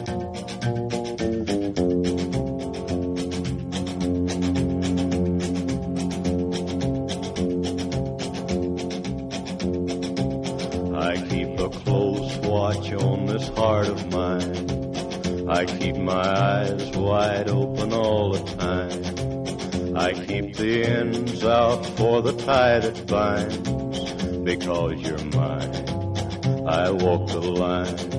I keep a close watch on this heart of mine. I keep my eyes wide open all the time. I keep the ends out for the tie that binds. Because you're mine, I walk the line.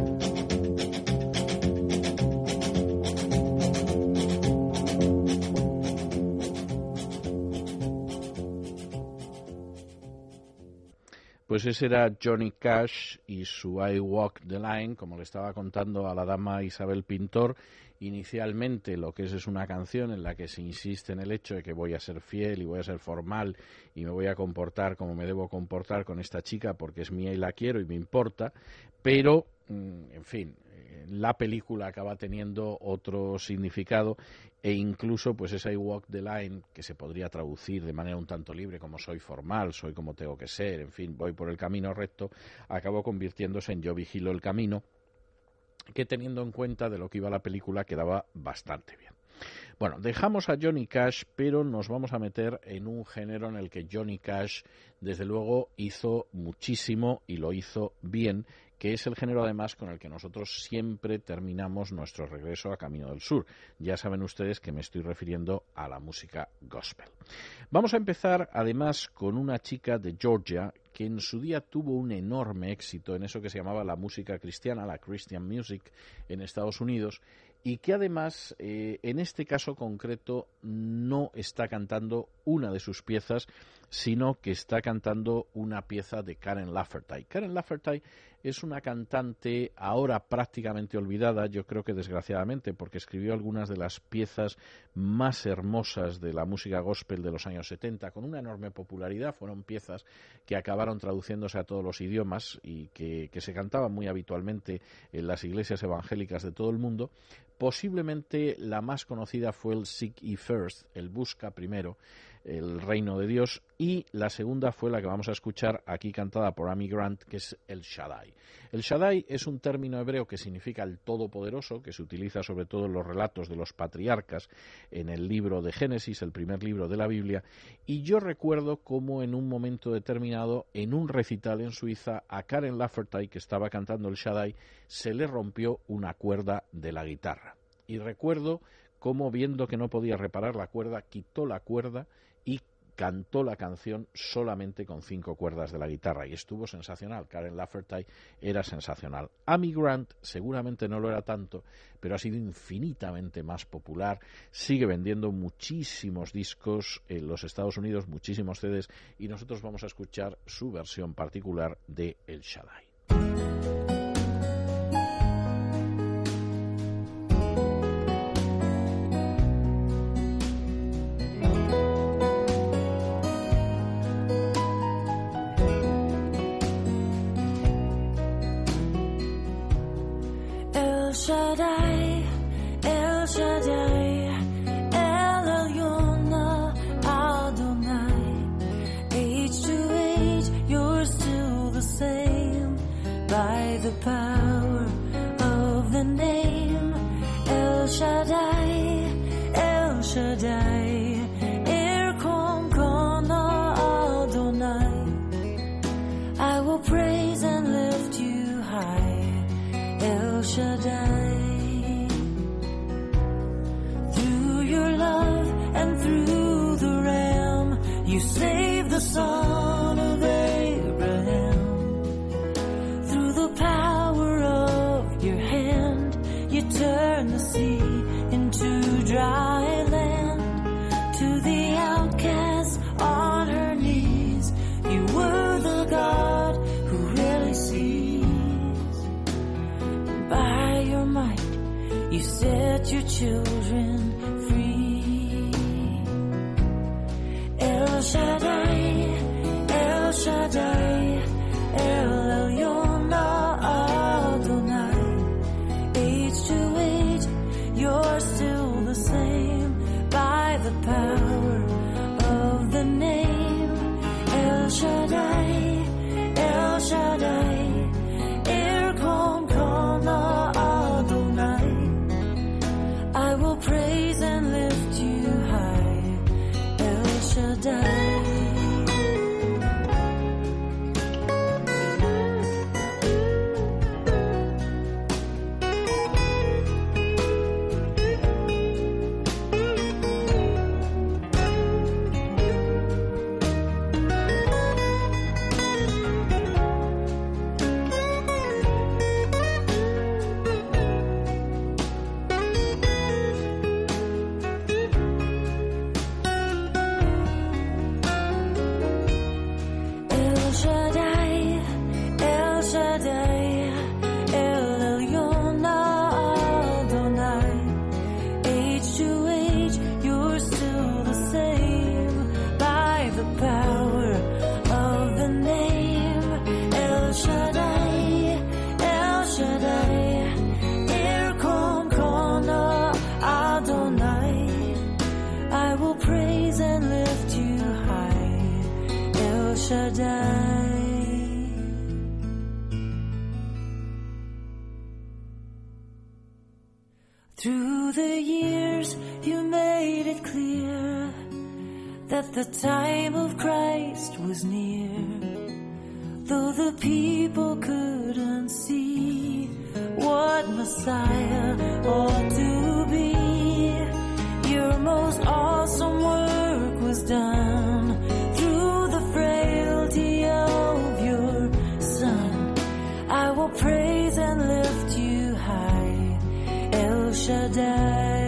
Pues ese era Johnny Cash y su I Walk the Line, como le estaba contando a la dama Isabel Pintor. Inicialmente lo que es una canción en la que se insiste en el hecho de que voy a ser fiel y voy a ser formal y me voy a comportar como me debo comportar con esta chica porque es mía y la quiero y me importa, pero, en fin, la película acaba teniendo otro significado e incluso pues esa I Walk the Line, que se podría traducir de manera un tanto libre como soy formal, soy como tengo que ser, en fin, voy por el camino recto, acabó convirtiéndose en yo vigilo el camino, que teniendo en cuenta de lo que iba la película quedaba bastante bien. Bueno, dejamos a Johnny Cash, pero nos vamos a meter en un género en el que Johnny Cash desde luego hizo muchísimo y lo hizo bien, que es el género además con el que nosotros siempre terminamos nuestro regreso a Camino del Sur. Ya saben ustedes que me estoy refiriendo a la música gospel. Vamos a empezar además con una chica de Georgia que en su día tuvo un enorme éxito en eso que se llamaba la música cristiana, la Christian Music en Estados Unidos, y que además en este caso concreto no está cantando una de sus piezas, sino que está cantando una pieza de Karen Lafferty. Karen Lafferty es una cantante ahora prácticamente olvidada, yo creo que desgraciadamente, porque escribió algunas de las piezas más hermosas de la música gospel de los años 70, con una enorme popularidad. Fueron piezas que acabaron traduciéndose a todos los idiomas y que se cantaban muy habitualmente en las iglesias evangélicas de todo el mundo. Posiblemente la más conocida fue el Seek Ye First, el Busca Primero, el reino de Dios, y la segunda fue la que vamos a escuchar aquí cantada por Amy Grant, que es El Shaddai. El Shaddai es un término hebreo que significa el Todopoderoso, que se utiliza sobre todo en los relatos de los patriarcas en el libro de Génesis, el primer libro de la Biblia, y yo recuerdo cómo en un momento determinado, en un recital en Suiza, a Karen Lafferty, que estaba cantando el Shaddai, se le rompió una cuerda de la guitarra. Y recuerdo cómo, viendo que no podía reparar la cuerda, quitó la cuerda y cantó la canción solamente con 5 cuerdas de la guitarra, y estuvo sensacional. Karen Lafferty era sensacional. Amy Grant seguramente no lo era tanto, pero ha sido infinitamente más popular, sigue vendiendo muchísimos discos en los Estados Unidos, muchísimos CDs, y nosotros vamos a escuchar su versión particular de El Shaddai. The power of the name El Shaddai, El Shaddai, Erkom Kana Adonai. I will praise and lift you high, El Shaddai. Through your love and through the Ram, you saved the son of Abraham. Power of your hand, you turn the sea into dry land. To the outcast on her knees, you were the God who really sees. By your might, you set your children free. El Shaddai, El Shaddai, El Elyon. You're still the same by the power of the name El Shaddai, El Shaddai, Erkom Kana Adonai. I will praise and lift you high, El Shaddai. Through the years you made it clear that the time of Christ was near. Though the people couldn't see what Messiah ought to be, your most awesome work was done through the frailty of your Son. I will praise and lift you high, El Shaddai.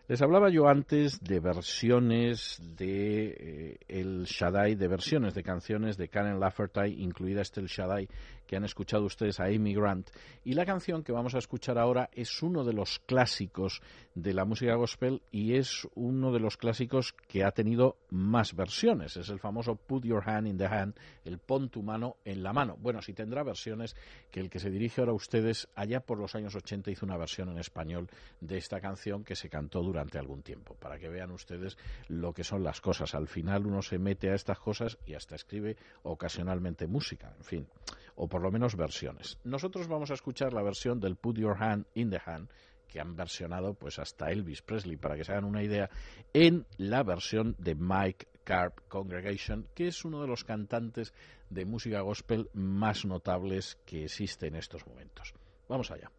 Les hablaba yo antes de versiones de El Shaddai, de versiones de canciones de Karen Lafferty, incluida El Shaddai, que han escuchado ustedes a Amy Grant. Y la canción que vamos a escuchar ahora es uno de los clásicos de la música gospel y es uno de los clásicos que ha tenido más versiones. Es el famoso Put Your Hand in the Hand, el pon tu mano en la mano. Bueno, sí tendrá versiones, que el que se dirige ahora a ustedes, allá por los años 80 hizo una versión en español de esta canción que se cantó durante algún tiempo, para que vean ustedes lo que son las cosas. Al final uno se mete a estas cosas y hasta escribe ocasionalmente música, en fin, o por lo menos versiones. Nosotros vamos a escuchar la versión del Put Your Hand in the Hand, que han versionado pues hasta Elvis Presley, para que se hagan una idea, en la versión de Mike Carp Congregation, que es uno de los cantantes de música gospel más notables que existe en estos momentos. Vamos allá.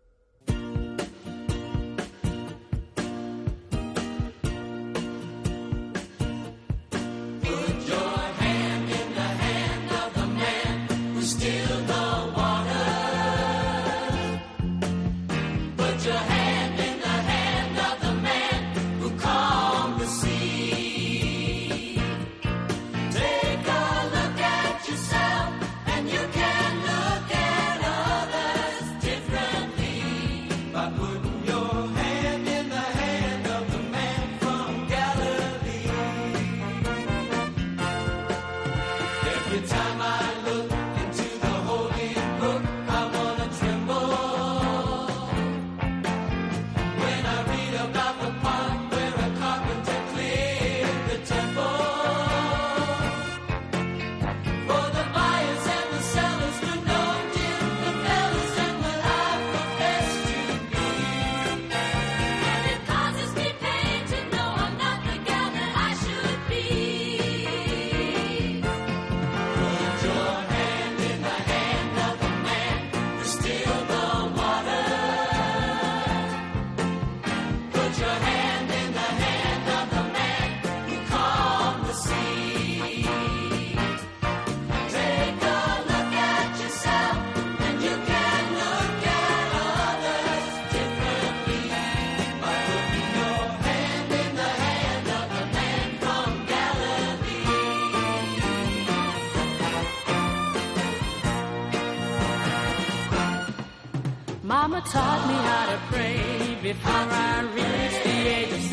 Mama taught me how to pray before I reached the age of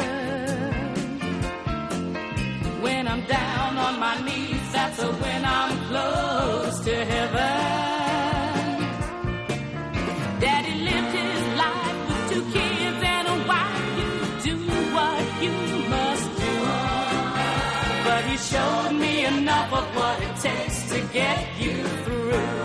7. When I'm down on my knees, that's when I'm close to heaven. Daddy lived his life with 2 kids and a wife. You do what you must do. But he showed me enough of what it takes to get you through.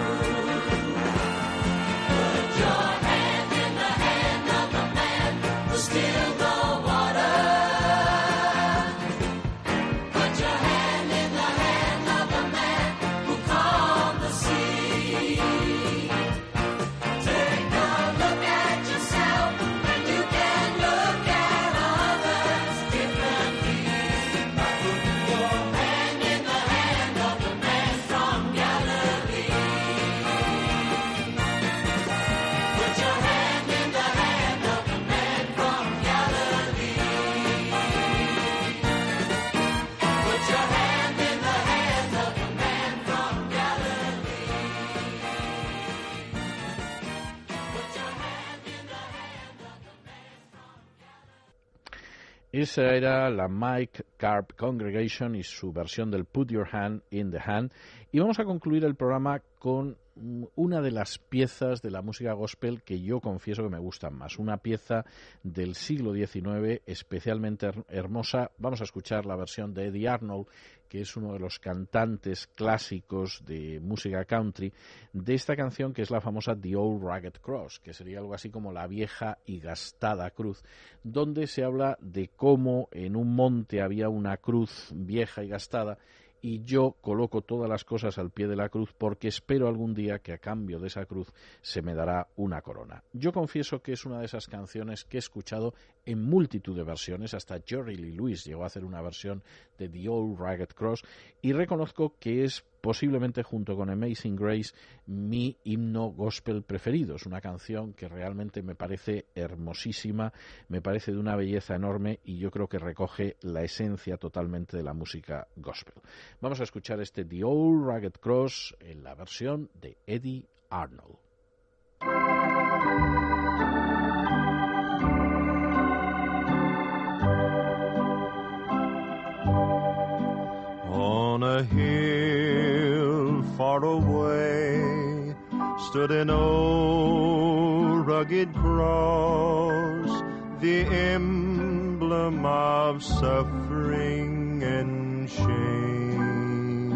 Esa era la Mike Carp Congregation y su versión del Put Your Hand in the Hand. Y vamos a concluir el programa con una de las piezas de la música gospel que yo confieso que me gustan más. Una pieza del siglo XIX especialmente hermosa. Vamos a escuchar la versión de Eddie Arnold, que es uno de los cantantes clásicos de música country, de esta canción que es la famosa The Old Rugged Cross, que sería algo así como la vieja y gastada cruz, donde se habla de cómo en un monte había una cruz vieja y gastada, y yo coloco todas las cosas al pie de la cruz porque espero algún día que a cambio de esa cruz se me dará una corona. Yo confieso que es una de esas canciones que he escuchado en multitud de versiones, hasta Jerry Lee Lewis llegó a hacer una versión de The Old Rugged Cross, y reconozco que es posiblemente junto con Amazing Grace, mi himno gospel preferido. Es una canción que realmente me parece hermosísima, me parece de una belleza enorme y yo creo que recoge la esencia totalmente de la música gospel. Vamos a escuchar este The Old Rugged Cross en la versión de Eddie Arnold. On a hill far away stood an old rugged cross, the emblem of suffering and shame.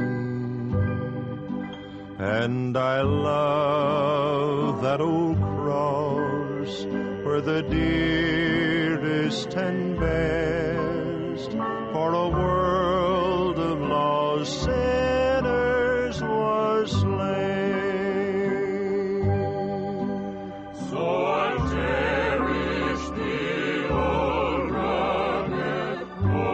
And I love that old cross where the dearest and best for a world of lost sinners was slain. So I cherish the old rugged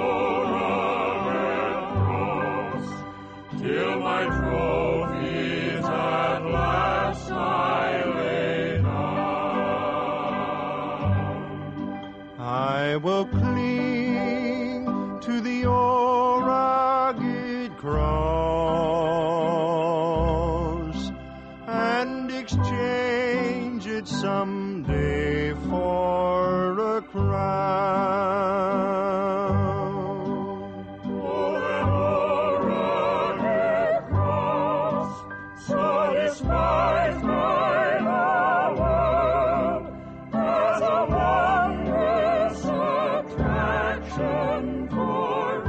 cross till my trophies at last I lay down. I will cling to the old rugged cross and exchange it someday for a crown. Oh, that old rugged cross satisfies my world as a wondrous attraction for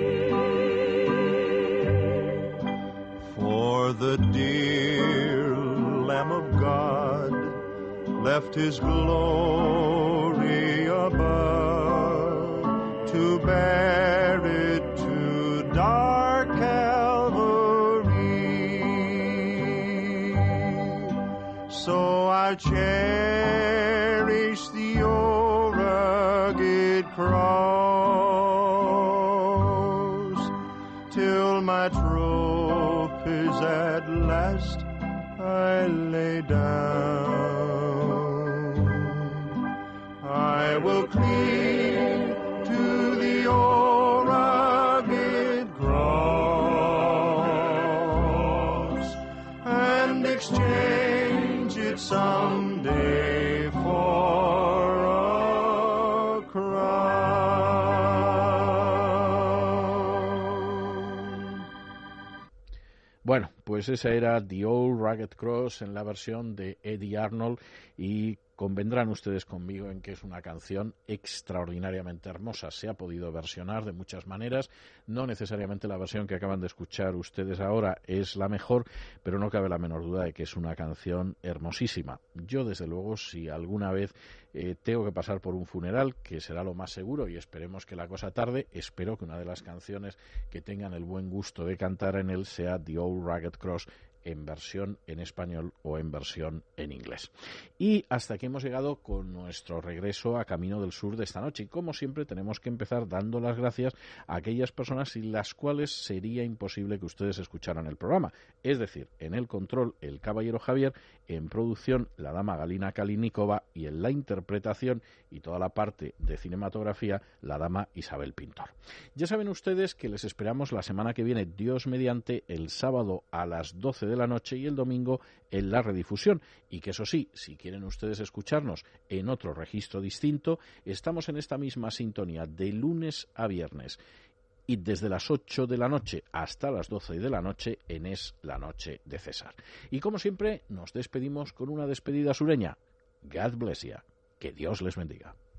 the dear Lamb of God left his glory above to bear it to dark Calvary. So I cherish the old rugged cross till my trophies at last I lay down. I will cling to the old rugged cross and exchange it someday for a crown. Bueno, pues esa era The Old Rugged Cross en la versión de Eddie Arnold y convendrán ustedes conmigo en que es una canción extraordinariamente hermosa. Se ha podido versionar de muchas maneras, no necesariamente la versión que acaban de escuchar ustedes ahora es la mejor, pero no cabe la menor duda de que es una canción hermosísima. Yo, desde luego, si alguna vez tengo que pasar por un funeral, que será lo más seguro y esperemos que la cosa tarde, espero que una de las canciones que tengan el buen gusto de cantar en él sea The Old Rugged Cross en versión en español o en versión en inglés. Y hasta aquí hemos llegado con nuestro regreso a Camino del Sur de esta noche. Y como siempre tenemos que empezar dando las gracias a aquellas personas sin las cuales sería imposible que ustedes escucharan el programa. Es decir, en el control el caballero Javier, en producción la dama Galina Kalinikova y en la interpretación y toda la parte de cinematografía la dama Isabel Pintor. Ya saben ustedes que les esperamos la semana que viene, Dios mediante, el sábado a las 12 de la noche y el domingo en la redifusión, y que eso sí, si quieren ustedes escucharnos en otro registro distinto, estamos en esta misma sintonía de lunes a viernes y desde las 8 de la noche hasta las 12 de la noche en Es la Noche de César. Y como siempre nos despedimos con una despedida sureña. God bless you. Que Dios les bendiga.